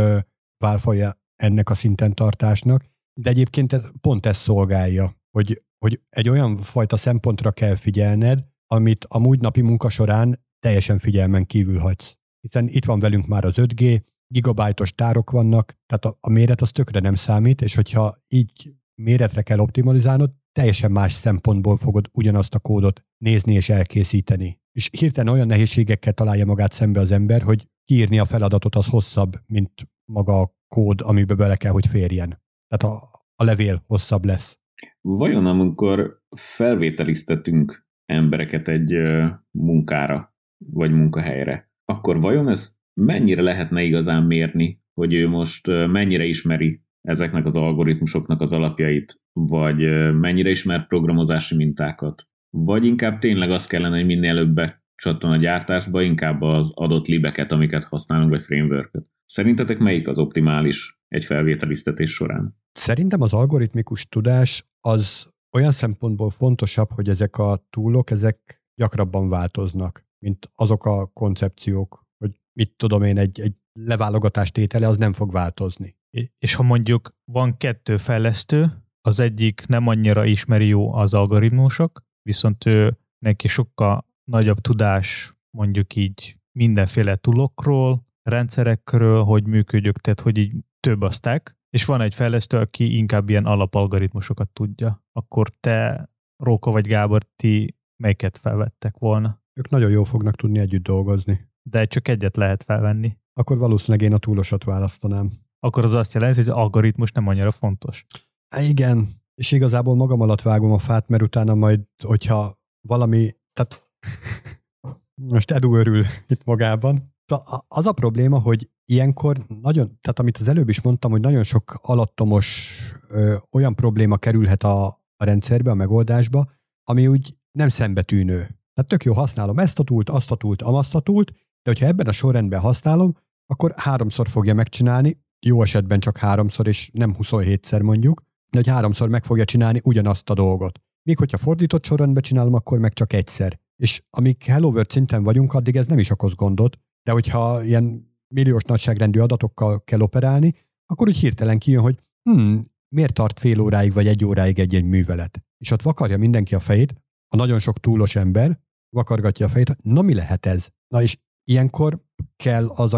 válfaja ennek a szinten tartásnak, de egyébként pont ez szolgálja, hogy egy olyan fajta szempontra kell figyelned, amit amúgy napi munka során teljesen figyelmen kívül hagysz. Hiszen itt van velünk már az 5G, gigabájtos tárok vannak, tehát a méret az tökre nem számít, és hogyha így méretre kell optimalizálnod, teljesen más szempontból fogod ugyanazt a kódot nézni és elkészíteni. És hirtelen olyan nehézségekkel találja magát szembe az ember, hogy kiírni a feladatot az hosszabb, mint maga a kód, amibe bele kell, hogy férjen. Tehát a levél hosszabb lesz. Vajon amikor felvételiztetünk embereket egy munkára, vagy munkahelyre, akkor vajon ez mennyire lehetne igazán mérni, hogy ő most mennyire ismeri ezeknek az algoritmusoknak az alapjait, vagy mennyire ismer programozási mintákat, vagy inkább tényleg az kellene, hogy minél előbb becsattan a gyártásba, inkább az adott libeket, amiket használunk, vagy frameworköt. Szerintetek melyik az optimális egy felvételiztetés során? Szerintem az algoritmikus tudás az olyan szempontból fontosabb, hogy ezek a toolok, ezek gyakrabban változnak, mint azok a koncepciók, hogy mit tudom én, egy leválogatás tétele, az nem fog változni. És ha mondjuk van 2 fejlesztő, az egyik nem annyira ismeri jó az algoritmusok, viszont ő neki sokkal nagyobb tudás mondjuk így mindenféle toolokról, rendszerekről, hogy működjük, tehát hogy így több a stack, és van egy fejlesztő, aki inkább ilyen alapalgoritmusokat tudja. Akkor te, Róka vagy Gábor, ti melyiket felvettek volna? Ők nagyon jól fognak tudni együtt dolgozni. De csak egyet lehet felvenni. Akkor valószínűleg én a túlosat választanám. Akkor az azt jelenti, hogy az algoritmus nem annyira fontos. Igen, és igazából magam alatt vágom a fát, mert utána majd, hogyha valami, tehát most Edu örül itt magában. Az a probléma, hogy ilyenkor nagyon, tehát amit az előbb is mondtam, hogy nagyon sok alattomos olyan probléma kerülhet a rendszerbe, a megoldásba, ami úgy nem szembetűnő. Tehát tök jó, használom ezt a toolt, azt a toolt, amazt a toolt, de hogyha ebben a sorrendben használom, akkor 3-szor fogja megcsinálni, jó esetben csak 3-szor, és nem 27-szer mondjuk, de hogy 3-szor meg fogja csinálni ugyanazt a dolgot. Míg hogyha fordított sorrendben csinálom, akkor meg csak egyszer. És amíg Hello World szinten vagyunk, addig ez nem is okoz gondot, de hogyha ilyen milliós nagyságrendű adatokkal kell operálni, akkor úgy hirtelen kijön, hogy miért tart fél óráig vagy 1 óráig egy művelet. És ott vakarja mindenki a fejét, a nagyon sok túlos ember vakargatja a fejét, na mi lehet ez? Na és ilyenkor kell az,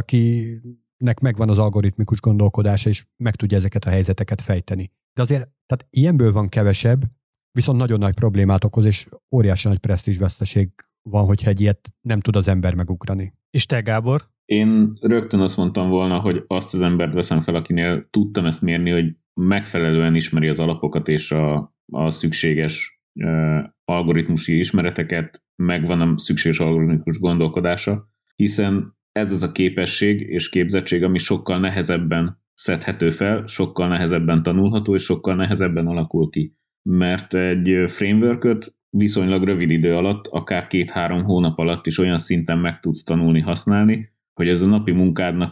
akinek megvan az algoritmikus gondolkodása, és meg tudja ezeket a helyzeteket fejteni. De azért, tehát ilyenből van kevesebb, viszont nagyon nagy problémát okoz, és óriási nagy presztízsveszteség van, hogyha egy ilyet nem tud az ember megugrani. És te, Gábor? Én rögtön azt mondtam volna, hogy azt az embert veszem fel, akinél tudtam ezt mérni, hogy megfelelően ismeri az alapokat és a szükséges algoritmusi ismereteket, megvan a szükséges algoritmikus gondolkodása, hiszen ez az a képesség és képzettség, ami sokkal nehezebben szedhető fel, sokkal nehezebben tanulható, és sokkal nehezebben alakul ki. Mert egy frameworköt viszonylag rövid idő alatt, akár 2-3 hónap alatt is olyan szinten meg tudsz tanulni, használni, hogy ez a napi munkádnak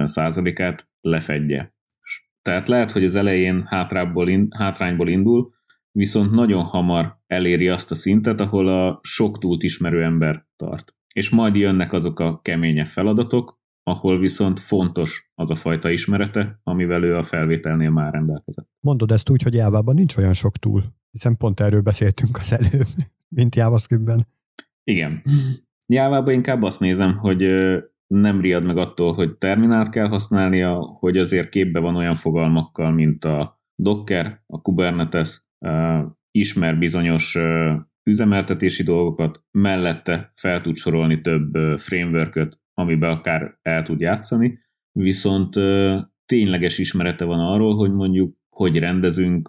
90%-át lefedje. Tehát lehet, hogy az elején hátrányból indul, viszont nagyon hamar eléri azt a szintet, ahol a sok túlt ismerő ember tart. És majd jönnek azok a keményebb feladatok, ahol viszont fontos az a fajta ismerete, amivel ő a felvételnél már rendelkezett. Mondod ezt úgy, hogy Jávában nincs olyan sok túl, hiszen pont erről beszéltünk az előbb, mint JavaScriptben. Igen. Jávában inkább azt nézem, hogy nem riad meg attól, hogy terminált kell használnia, hogy azért képbe van olyan fogalmakkal, mint a Docker, a Kubernetes, ismer bizonyos üzemeltetési dolgokat, mellette fel tud sorolni több frameworköt, amiben akár el tud játszani, viszont tényleges ismerete van arról, hogy mondjuk hogy rendezünk,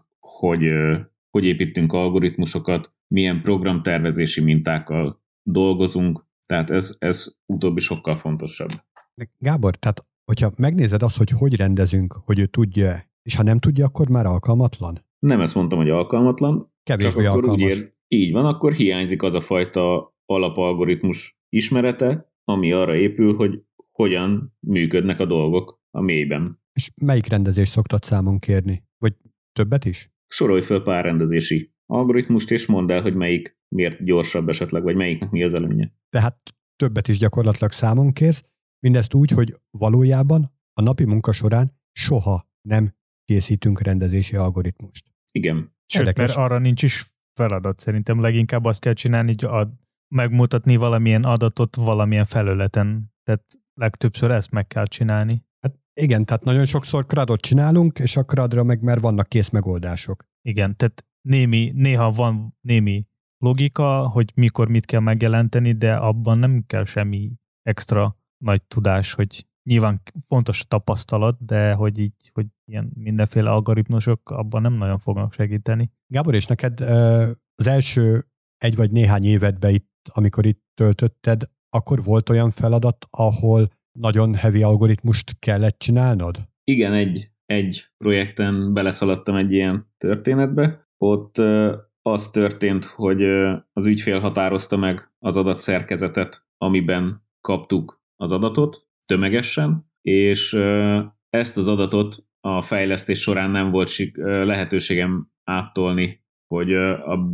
hogy építünk algoritmusokat, milyen programtervezési mintákkal dolgozunk, tehát ez utóbbi sokkal fontosabb. Gábor, tehát hogyha megnézed azt, hogy rendezünk, hogy ő tudja, és ha nem tudja, akkor már alkalmatlan? Nem ezt mondtam, hogy alkalmatlan, kevésbé csak akkor alkalmas. Így van, akkor hiányzik az a fajta alapalgoritmus ismerete, ami arra épül, hogy hogyan működnek a dolgok a mélyben. És melyik rendezést szoktad számon kérni? Vagy többet is? Sorolj föl pár rendezési algoritmust, és mondd el, hogy melyik miért gyorsabb esetleg, vagy melyiknek mi az előnye. Tehát többet is gyakorlatilag számon kérsz, mindezt úgy, hogy valójában a napi munka során soha nem készítünk rendezési algoritmust. Igen. Sőt, mert arra nincs is feladat. Szerintem leginkább azt kell csinálni, hogy megmutatni valamilyen adatot valamilyen felületen. Tehát legtöbbször ezt meg kell csinálni. Hát igen, tehát nagyon sokszor CRUD-ot csinálunk, és a CRUD-ra meg már vannak kész megoldások. Igen, tehát néha van némi logika, hogy mikor mit kell megjelenteni, de abban nem kell semmi extra nagy tudás, hogy nyilván fontos a tapasztalat, de hogy ilyen mindenféle algoritmusok abban nem nagyon fognak segíteni. Gábor, és neked az első egy vagy néhány évedben itt, amikor itt töltötted, akkor volt olyan feladat, ahol nagyon heavy algoritmust kellett csinálnod? Igen, egy projekten beleszaladtam egy ilyen történetbe. Ott az történt, hogy az ügyfél határozta meg az adatszerkezetet, amiben kaptuk az adatot tömegesen, és ezt az adatot a fejlesztés során nem volt lehetőségem áttolni, hogy a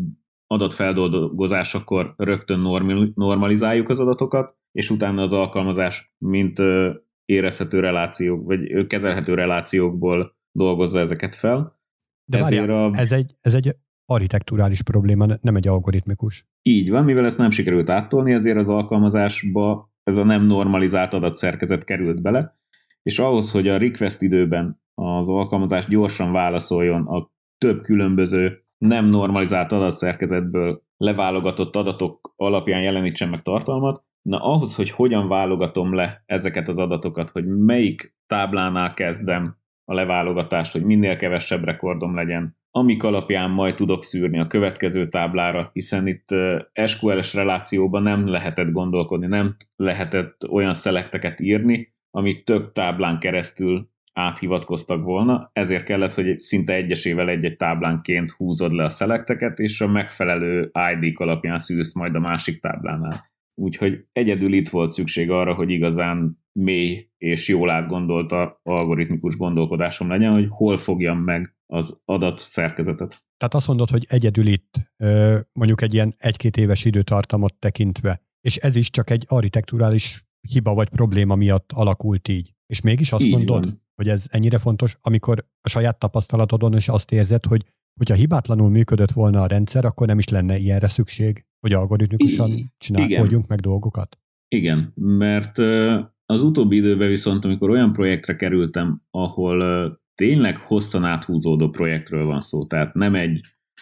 adatfeldolgozásakor rögtön normalizáljuk az adatokat, és utána az alkalmazás, mint érezhető relációk, vagy kezelhető relációkból dolgozza ezeket fel. De várjál, ez egy architekturális probléma, nem egy algoritmikus. Így van, mivel ezt nem sikerült áttolni, ezért az alkalmazásba ez a nem normalizált adatszerkezet került bele, és ahhoz, hogy a request időben az alkalmazás gyorsan válaszoljon a több különböző nem normalizált adatszerkezetből leválogatott adatok alapján jelenítsen meg tartalmat, na ahhoz, hogy hogyan válogatom le ezeket az adatokat, hogy melyik táblánál kezdem a leválogatást, hogy minél kevesebb rekordom legyen, amik alapján majd tudok szűrni a következő táblára, hiszen itt SQL-es relációban nem lehetett gondolkodni, nem lehetett olyan szelekteket írni, amik több táblán keresztül áthivatkoztak volna, ezért kellett, hogy szinte egyesével egy-egy táblánként húzod le a szelekteket, és a megfelelő ID-k alapján szűrsz majd a másik táblánál. Úgyhogy egyedül itt volt szükség arra, hogy igazán mély és jól átgondolt algoritmikus gondolkodásom legyen, hogy hol fogjam meg az adatszerkezetet. Tehát azt mondod, hogy egyedül itt, mondjuk egy ilyen 1-2 éves időtartamot tekintve, és ez is csak egy architekturális hiba vagy probléma miatt alakult így. És mégis azt mondod, hogy ez ennyire fontos, amikor a saját tapasztalatodon is azt érzed, hogy hogyha hibátlanul működött volna a rendszer, akkor nem is lenne ilyenre szükség, hogy algoritmikusan csinálkodjunk meg dolgokat. Igen, mert az utóbbi időben viszont, amikor olyan projektre kerültem, ahol tényleg hosszan áthúzódó projektről van szó, tehát nem egy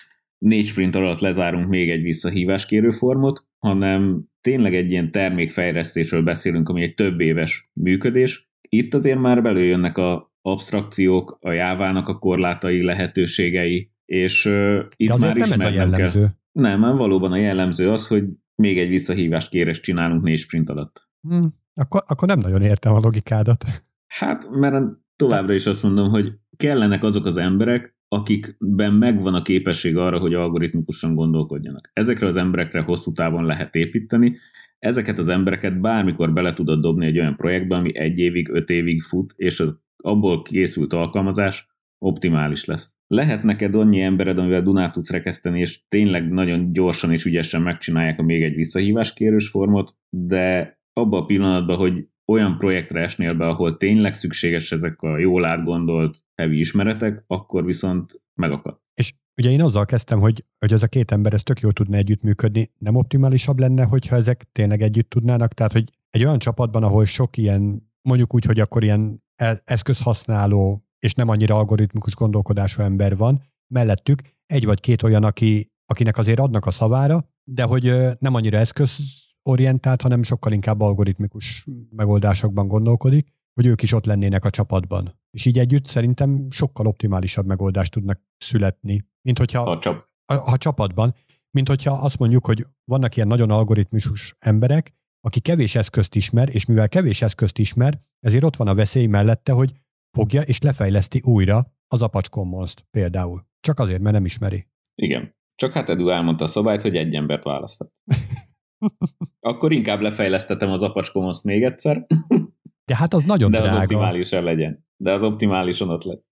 4 sprint alatt lezárunk még egy visszahíváskérő formot, hanem tényleg egy ilyen termékfejlesztésről beszélünk, ami egy több éves működés. Itt azért már belőjönnek a absztrakciók, a Jávának a korlátai, lehetőségei, és itt már ismernem kell. Nem, valóban a jellemző az, hogy még egy visszahívást kérést csinálunk 4 sprint alatt. Akkor nem nagyon értem a logikádat. Hát, mert továbbra is azt mondom, hogy kellenek azok az emberek, akikben megvan a képesség arra, hogy algoritmikusan gondolkodjanak. Ezekre az emberekre hosszú távon lehet építeni, ezeket az embereket bármikor bele tudod dobni egy olyan projektbe, ami 1 évig, 5 évig fut, és az abból készült alkalmazás optimális lesz. Lehet neked annyi embered, amivel Dunát tudsz rekeszteni, és tényleg nagyon gyorsan és ügyesen megcsinálják a még egy visszahíváskérős formot, de abban a pillanatban, hogy olyan projektre esnél be, ahol tényleg szükséges ezek a jól átgondolt heavy ismeretek, akkor viszont megakad. És ugye én azzal kezdtem, hogy ez a 2 ember ez tök jól tudna együttműködni. Nem optimálisabb lenne, hogyha ezek tényleg együtt tudnának? Tehát, hogy egy olyan csapatban, ahol sok ilyen, mondjuk úgy, hogy akkor ilyen eszközhasználó és nem annyira algoritmikus gondolkodású ember van, mellettük 1 vagy 2 olyan, akinek azért adnak a szavára, de hogy nem annyira eszközorientált, hanem sokkal inkább algoritmikus megoldásokban gondolkodik, hogy ők is ott lennének a csapatban. És így együtt szerintem sokkal optimálisabb megoldást tudnak születni, mint hogyha a csapatban, mint hogyha azt mondjuk, hogy vannak ilyen nagyon algoritmikus emberek, aki kevés eszközt ismer, és mivel kevés eszközt ismer, ezért ott van a veszély mellette, hogy fogja és lefejleszti újra az Apache Commons-t például. Csak azért, mert nem ismeri. Igen. Csak hát Edu elmondta a szabályt, hogy egy embert választott. Akkor inkább lefejlesztetem az Apache Commons-t még egyszer. De hát az nagyon drága. De az optimálisan legyen. De az optimálison ott lesz.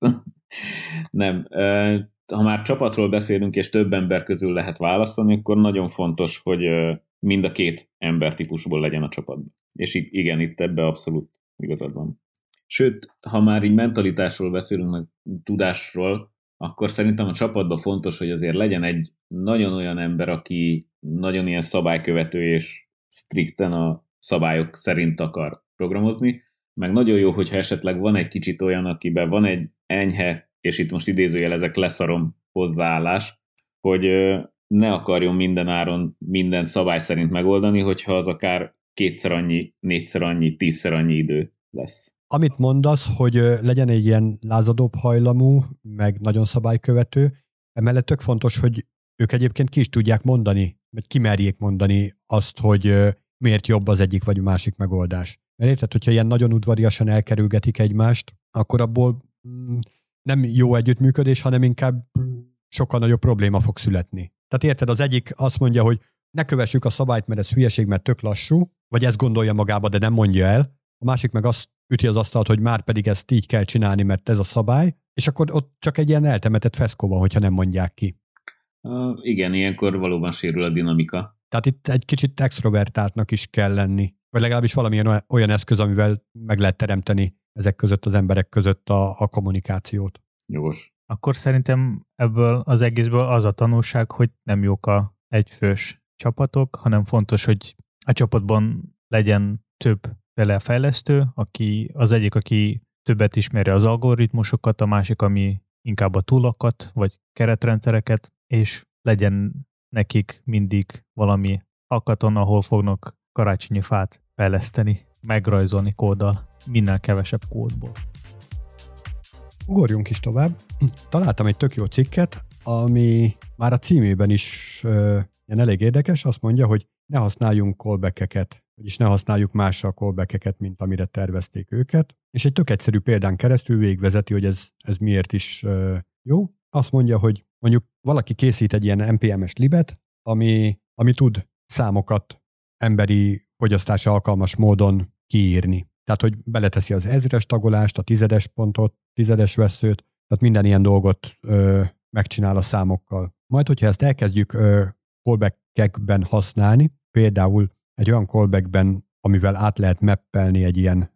Nem. Ha már csapatról beszélünk, és több ember közül lehet választani, akkor nagyon fontos, hogy mind a két embertípusból legyen a csapatban. És igen, itt ebbe abszolút igazad van. Sőt, ha már így mentalitásról beszélünk, meg tudásról, akkor szerintem a csapatban fontos, hogy azért legyen egy nagyon olyan ember, aki nagyon ilyen szabálykövető és strikten a szabályok szerint akar programozni, meg nagyon jó, hogyha esetleg van egy kicsit olyan, akiben van egy enyhe, és itt most idézőjelezek, leszarom hozzáállás, hogy ne akarjon minden áron minden szabály szerint megoldani, hogyha az akár 2-szer annyi, 4-szer annyi, 10-szer annyi idő lesz. Amit mondasz, hogy legyen egy ilyen lázadóbb hajlamú, meg nagyon szabálykövető, emellett tök fontos, hogy ők egyébként ki is tudják mondani, vagy kimerjék mondani azt, hogy miért jobb az egyik vagy a másik megoldás. Mert érted, hogyha ilyen nagyon udvariasan elkerülgetik egymást, akkor abból nem jó együttműködés, hanem inkább sokkal nagyobb probléma fog születni. Tehát érted, az egyik azt mondja, hogy ne kövessük a szabályt, mert ez hülyeség, mert tök lassú, vagy ezt gondolja magába, de nem mondja el. A másik meg azt üti az asztalt, hogy már pedig ezt így kell csinálni, mert ez a szabály, és akkor ott csak egy ilyen eltemetett feszkó van, hogyha nem mondják ki. Igen, ilyenkor valóban sérül a dinamika. Tehát itt egy kicsit extrovertáltnak is kell lenni, vagy legalábbis valamilyen olyan eszköz, amivel meg lehet teremteni ezek között, az emberek között a kommunikációt. Jogos. Akkor szerintem ebből az egészből az a tanulság, hogy nem jók a egyfős csapatok, hanem fontos, hogy a csapatban legyen több vele fejlesztő, az egyik, aki többet ismeri az algoritmusokat, a másik, ami inkább a túlokat, vagy keretrendszereket, és legyen nekik mindig valami hackathon, ahol fognak karácsonyi fát fejleszteni, megrajzolni kóddal, minél kevesebb kódból. Ugorjunk is tovább. Találtam egy tök jó cikket, ami már a címében is ilyen elég érdekes, azt mondja, hogy ne használjunk callback-eket, vagyis ne használjuk másra a callback-eket, mint amire tervezték őket. És egy tök egyszerű példán keresztül végigvezeti, hogy ez miért is jó. Azt mondja, hogy mondjuk valaki készít egy ilyen NPM-es libet, ami tud számokat emberi fogyasztásra alkalmas módon kiírni. Tehát, hogy beleteszi az ezres tagolást, a tizedes pontot, tizedes vesszőt, tehát minden ilyen dolgot megcsinál a számokkal. Majd, hogyha ezt elkezdjük callback-ekben használni, például egy olyan callbackben, amivel át lehet mappelni egy ilyen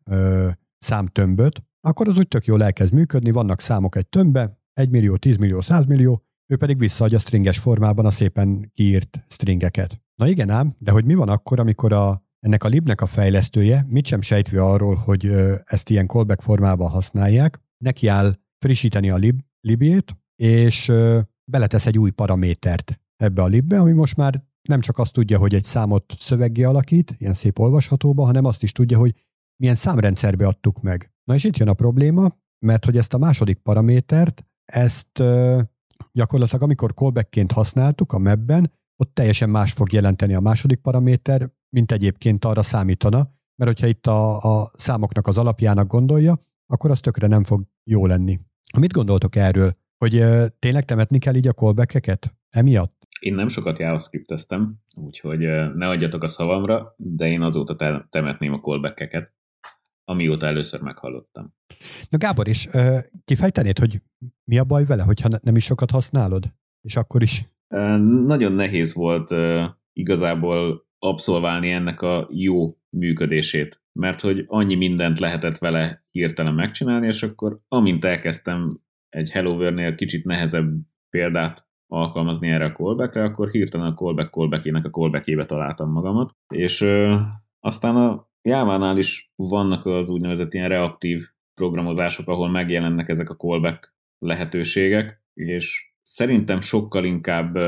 számtömböt, akkor az úgy tök jól elkezd működni, vannak számok egy tömbbe, 1 millió, 10 millió, 100 millió, ő pedig visszaadja stringes formában a szépen kiírt stringeket. Na igen ám, de hogy mi van akkor, amikor ennek a libnek a fejlesztője, mit sem sejtve arról, hogy ezt ilyen callback formában használják, neki áll frissíteni a libjét, és beletesz egy új paramétert ebbe a libbe, ami most már nem csak azt tudja, hogy egy számot szöveggé alakít, ilyen szép olvashatóba, hanem azt is tudja, hogy milyen számrendszerbe adtuk meg. Na és itt jön a probléma, mert hogy ezt a második paramétert, ezt gyakorlatilag amikor callbackként használtuk a mapben, ott teljesen más fog jelenteni a második paraméter, mint egyébként arra számítana, mert hogyha itt a számoknak az alapjának gondolja, akkor az tökre nem fog jó lenni. Mit gondoltok erről? Hogy tényleg temetni kell így a callback-eket emiatt? Én nem sokat JavaScript-eztem, úgyhogy ne adjatok a szavamra, de én azóta temetném a callback-eket, amióta először meghallottam. Na Gábor is, kifejtenéd, hogy mi a baj vele, hogyha nem is sokat használod? És akkor is? Nagyon nehéz volt igazából abszolválni ennek a jó működését, mert hogy annyi mindent lehetett vele hirtelen megcsinálni, és akkor amint elkezdtem egy Hello World-nél kicsit nehezebb példát alkalmazni erre a callbackre, akkor hirtelen a callbackének a callbackébe találtam magamat, és aztán a Jávánál is vannak az úgynevezett ilyen reaktív programozások, ahol megjelennek ezek a callback lehetőségek, és szerintem sokkal inkább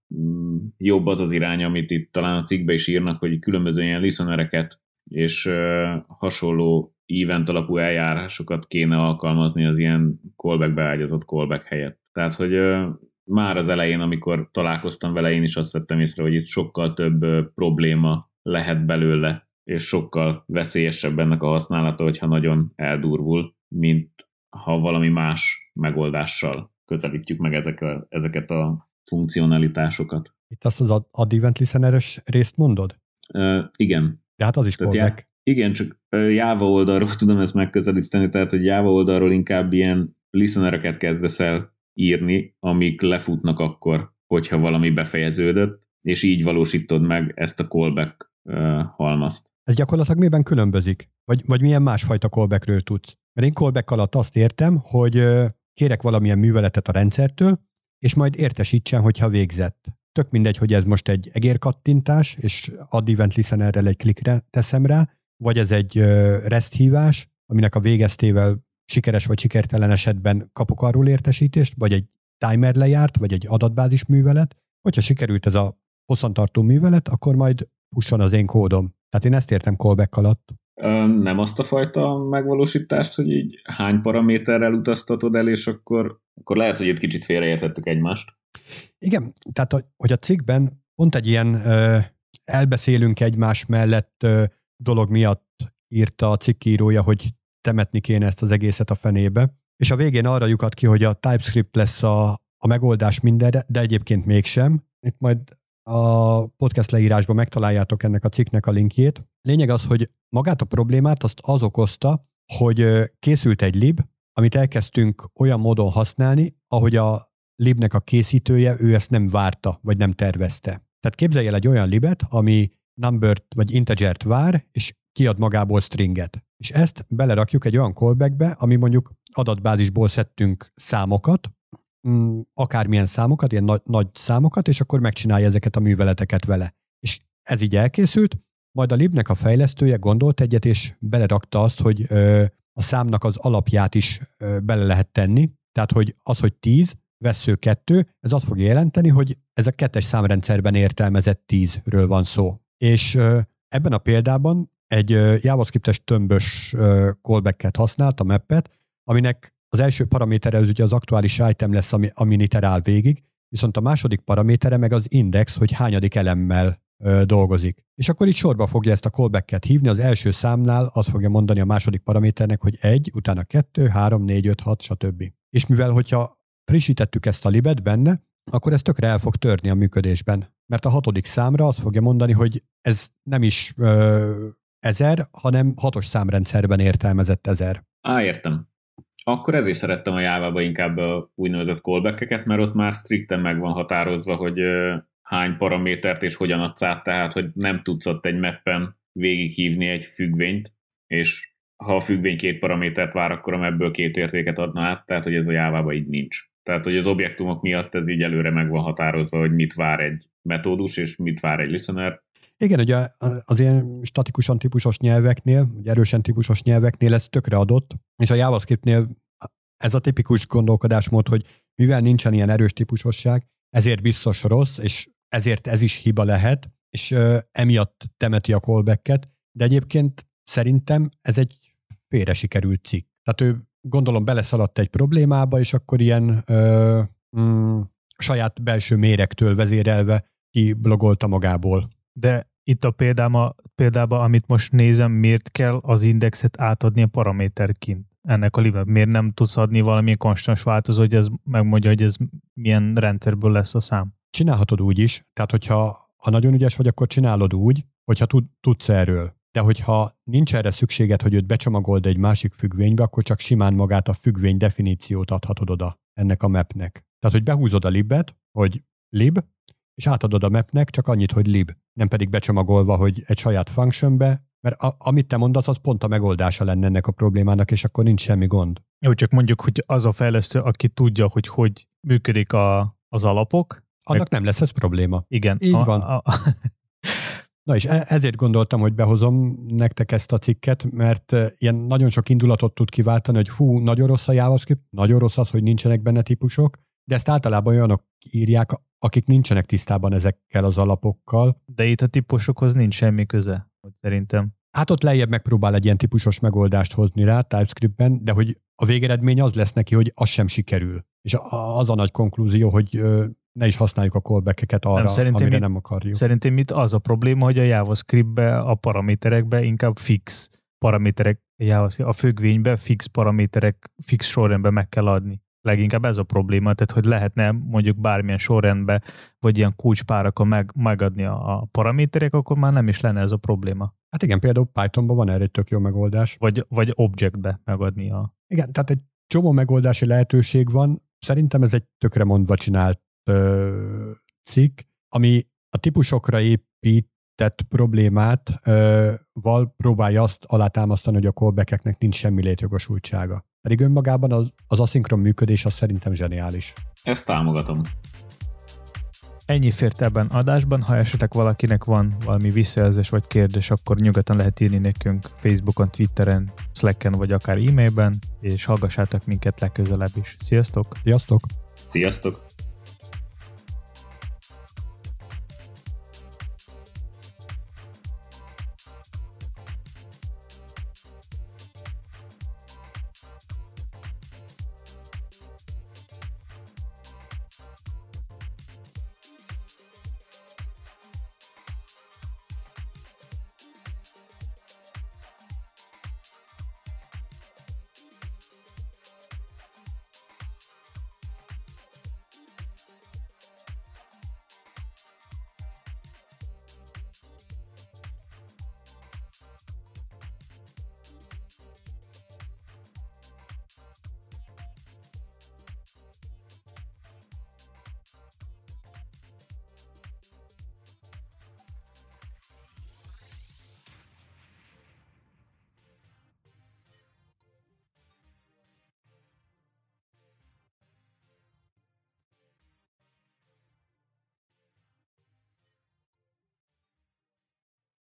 jobb az az irány, amit itt talán a cikkbe is írnak, hogy különböző ilyen listenereket és hasonló event alapú eljárásokat kéne alkalmazni az ilyen callback beágyazott callback helyett. Tehát, hogy már az elején, amikor találkoztam vele, én is azt vettem észre, hogy itt sokkal több probléma lehet belőle, és sokkal veszélyesebb ennek a használata, hogyha nagyon eldurvul, mint ha valami más megoldással közelítjük meg ezeket a funkcionalitásokat. Itt azt az add event listeneres részt mondod? Igen. De hát az is callback. Igen, csak Java oldalról tudom ezt megközelíteni, tehát hogy Java oldalról inkább ilyen listenereket kezdesz el írni, amik lefutnak akkor, hogyha valami befejeződött, és így valósítod meg ezt a callback halmazt. Ez gyakorlatilag miben különbözik? Vagy milyen másfajta callbackről tudsz? Mert én callback alatt azt értem, hogy kérek valamilyen műveletet a rendszertől, és majd értesítsen, hogyha végzett. Tök mindegy, hogy ez most egy egérkattintás, és add event listenerrel egy klikre teszem rá, vagy ez egy REST hívás, aminek a végeztével sikeres vagy sikertelen esetben kapok arról értesítést, vagy egy timer lejárt, vagy egy adatbázis művelet. Hogyha sikerült ez a hosszantartó művelet, akkor majd fusson az én kódom. Tehát én ezt értem callback alatt. Nem azt a fajta megvalósítást, hogy így hány paraméterrel utaztatod el, és akkor lehet, hogy itt kicsit félreértettük egymást. Igen, tehát hogy a cikkben pont egy ilyen elbeszélünk egymás mellett dolog miatt írta a cikkírója, hogy temetni kéne ezt az egészet a fenébe, és a végén arra lyukat ki, hogy a TypeScript lesz a megoldás mindenre, de egyébként mégsem. Itt majd a podcast leírásban megtaláljátok ennek a cikknek a linkjét. Lényeg az, hogy magát a problémát azt az okozta, hogy készült egy lib, amit elkezdtünk olyan módon használni, ahogy a libnek a készítője, ő ezt nem várta, vagy nem tervezte. Tehát képzelj el egy olyan libet, ami numbert vagy integert vár, és kiad magából stringet. És ezt belerakjuk egy olyan callbackbe, ami mondjuk adatbázisból szedtünk számokat, akármilyen számokat, ilyen nagy számokat, és akkor megcsinálja ezeket a műveleteket vele. És ez így elkészült, majd a libnek a fejlesztője gondolt egyet, és belerakta azt, hogy a számnak az alapját is bele lehet tenni. Tehát, hogy az, hogy 10, vessző 2, ez azt fogja jelenteni, hogy ez a 2-es számrendszerben értelmezett 10-ről van szó. És ebben a példában egy JavaScript-es tömbös callback-et használt, a mappet, aminek az első paramétere az ugye az aktuális item lesz, amin iterál végig, viszont a második paramétere meg az index, hogy hányadik elemmel dolgozik. És akkor itt sorba fogja ezt a callback-et hívni, az első számnál azt fogja mondani a második paraméternek, hogy 1, utána 2, 3, 4, 5, 6, stb. És mivel, hogyha frissítettük ezt a libet benne, akkor ez tökre el fog törni a működésben. Mert a 6. számra azt fogja mondani, hogy ez nem is 1000, hanem 6-os számrendszerben értelmezett 1000. Értem. Akkor ezért szerettem a Java-ba inkább a úgynevezett callback-eket, mert ott már strikten meg van határozva, hogy hány paramétert és hogyan adsz át, tehát hogy nem tudsz ott egy mappen végighívni egy függvényt, és ha a függvény 2 paramétert vár, akkor a mapből 2 értéket adna át, tehát hogy ez a Java-ba így nincs. Tehát, hogy az objektumok miatt ez így előre meg van határozva, hogy mit vár egy metódus, és mit vár egy listener. Igen, ugye az ilyen statikusan típusos nyelveknél, ugye erősen típusos nyelveknél ez tökre adott, és a JavaScriptnél ez a tipikus gondolkodásmód, hogy mivel nincsen ilyen erős típusosság, ezért biztos rossz, és ezért ez is hiba lehet, és emiatt temeti a callback-et, de egyébként szerintem ez egy félre sikerült cikk. Tehát ő gondolom beleszaladt egy problémába, és akkor ilyen saját belső méregtől vezérelve kiblogolta magából. De itt a példában, amit most nézem, miért kell az indexet átadni a paraméterként ennek a libet? Miért nem tudsz adni valamilyen konstans változó, hogy ez megmondja, hogy ez milyen rendszerből lesz a szám? Csinálhatod úgy is, tehát hogyha nagyon ügyes vagy, akkor csinálod úgy, hogyha tudsz erről. De hogyha nincs erre szükséged, hogy őt becsomagold egy másik függvénybe, akkor csak simán magát a függvény definíciót adhatod oda ennek a mapnek. Tehát, hogy behúzod a libet, hogy lib, és átadod a mapnek csak annyit, hogy lib. Nem pedig becsomagolva, hogy egy saját functionbe, mert amit te mondasz, az pont a megoldása lenne ennek a problémának, és akkor nincs semmi gond. Jó, csak mondjuk, hogy az a fejlesztő, aki tudja, hogy működik az alapok. Annak nem lesz ez probléma. Igen. Így van. Na és ezért gondoltam, hogy behozom nektek ezt a cikket, mert ilyen nagyon sok indulatot tud kiváltani, hogy nagyon rossz a JavaScript, nagyon rossz az, hogy nincsenek benne típusok, de ezt általában olyanok írják, akik nincsenek tisztában ezekkel az alapokkal. De itt a típusokhoz nincs semmi köze, szerintem. Hát ott lejjebb megpróbál egy ilyen típusos megoldást hozni rá TypeScriptben, de hogy a végeredmény az lesz neki, hogy az sem sikerül. És az a nagy konklúzió, hogy ne is használjuk a callback-eket arra, amire nem akarjuk. Szerintem itt az a probléma, hogy a JavaScript-be, a paraméterekbe inkább fix paraméterek, a függvénybe fix paraméterek fix sorrendben meg kell adni. Leginkább ez a probléma, tehát hogy lehetne mondjuk bármilyen sorrendbe, vagy ilyen kulcspárakon megadni a paraméterek, akkor már nem is lenne ez a probléma. Hát igen, például Pythonban van erre egy tök jó megoldás. Vagy objectbe megadni Igen, tehát egy csomó megoldási lehetőség van. Szerintem ez egy tökre mondva csinált cikk, ami a típusokra épített problémát val próbálja azt alátámasztani, hogy a callback-eknek nincs semmi létjogosultsága. Pedig önmagában az aszinkron működés az szerintem zseniális. Ezt támogatom. Ennyi fért ebben adásban, ha esetleg valakinek van valami visszajelzés vagy kérdés, akkor nyugodtan lehet írni nekünk Facebookon, Twitteren, Slacken vagy akár e-mailben, és hallgassátok minket legközelebb is. Sziasztok! Sziasztok! Sziasztok!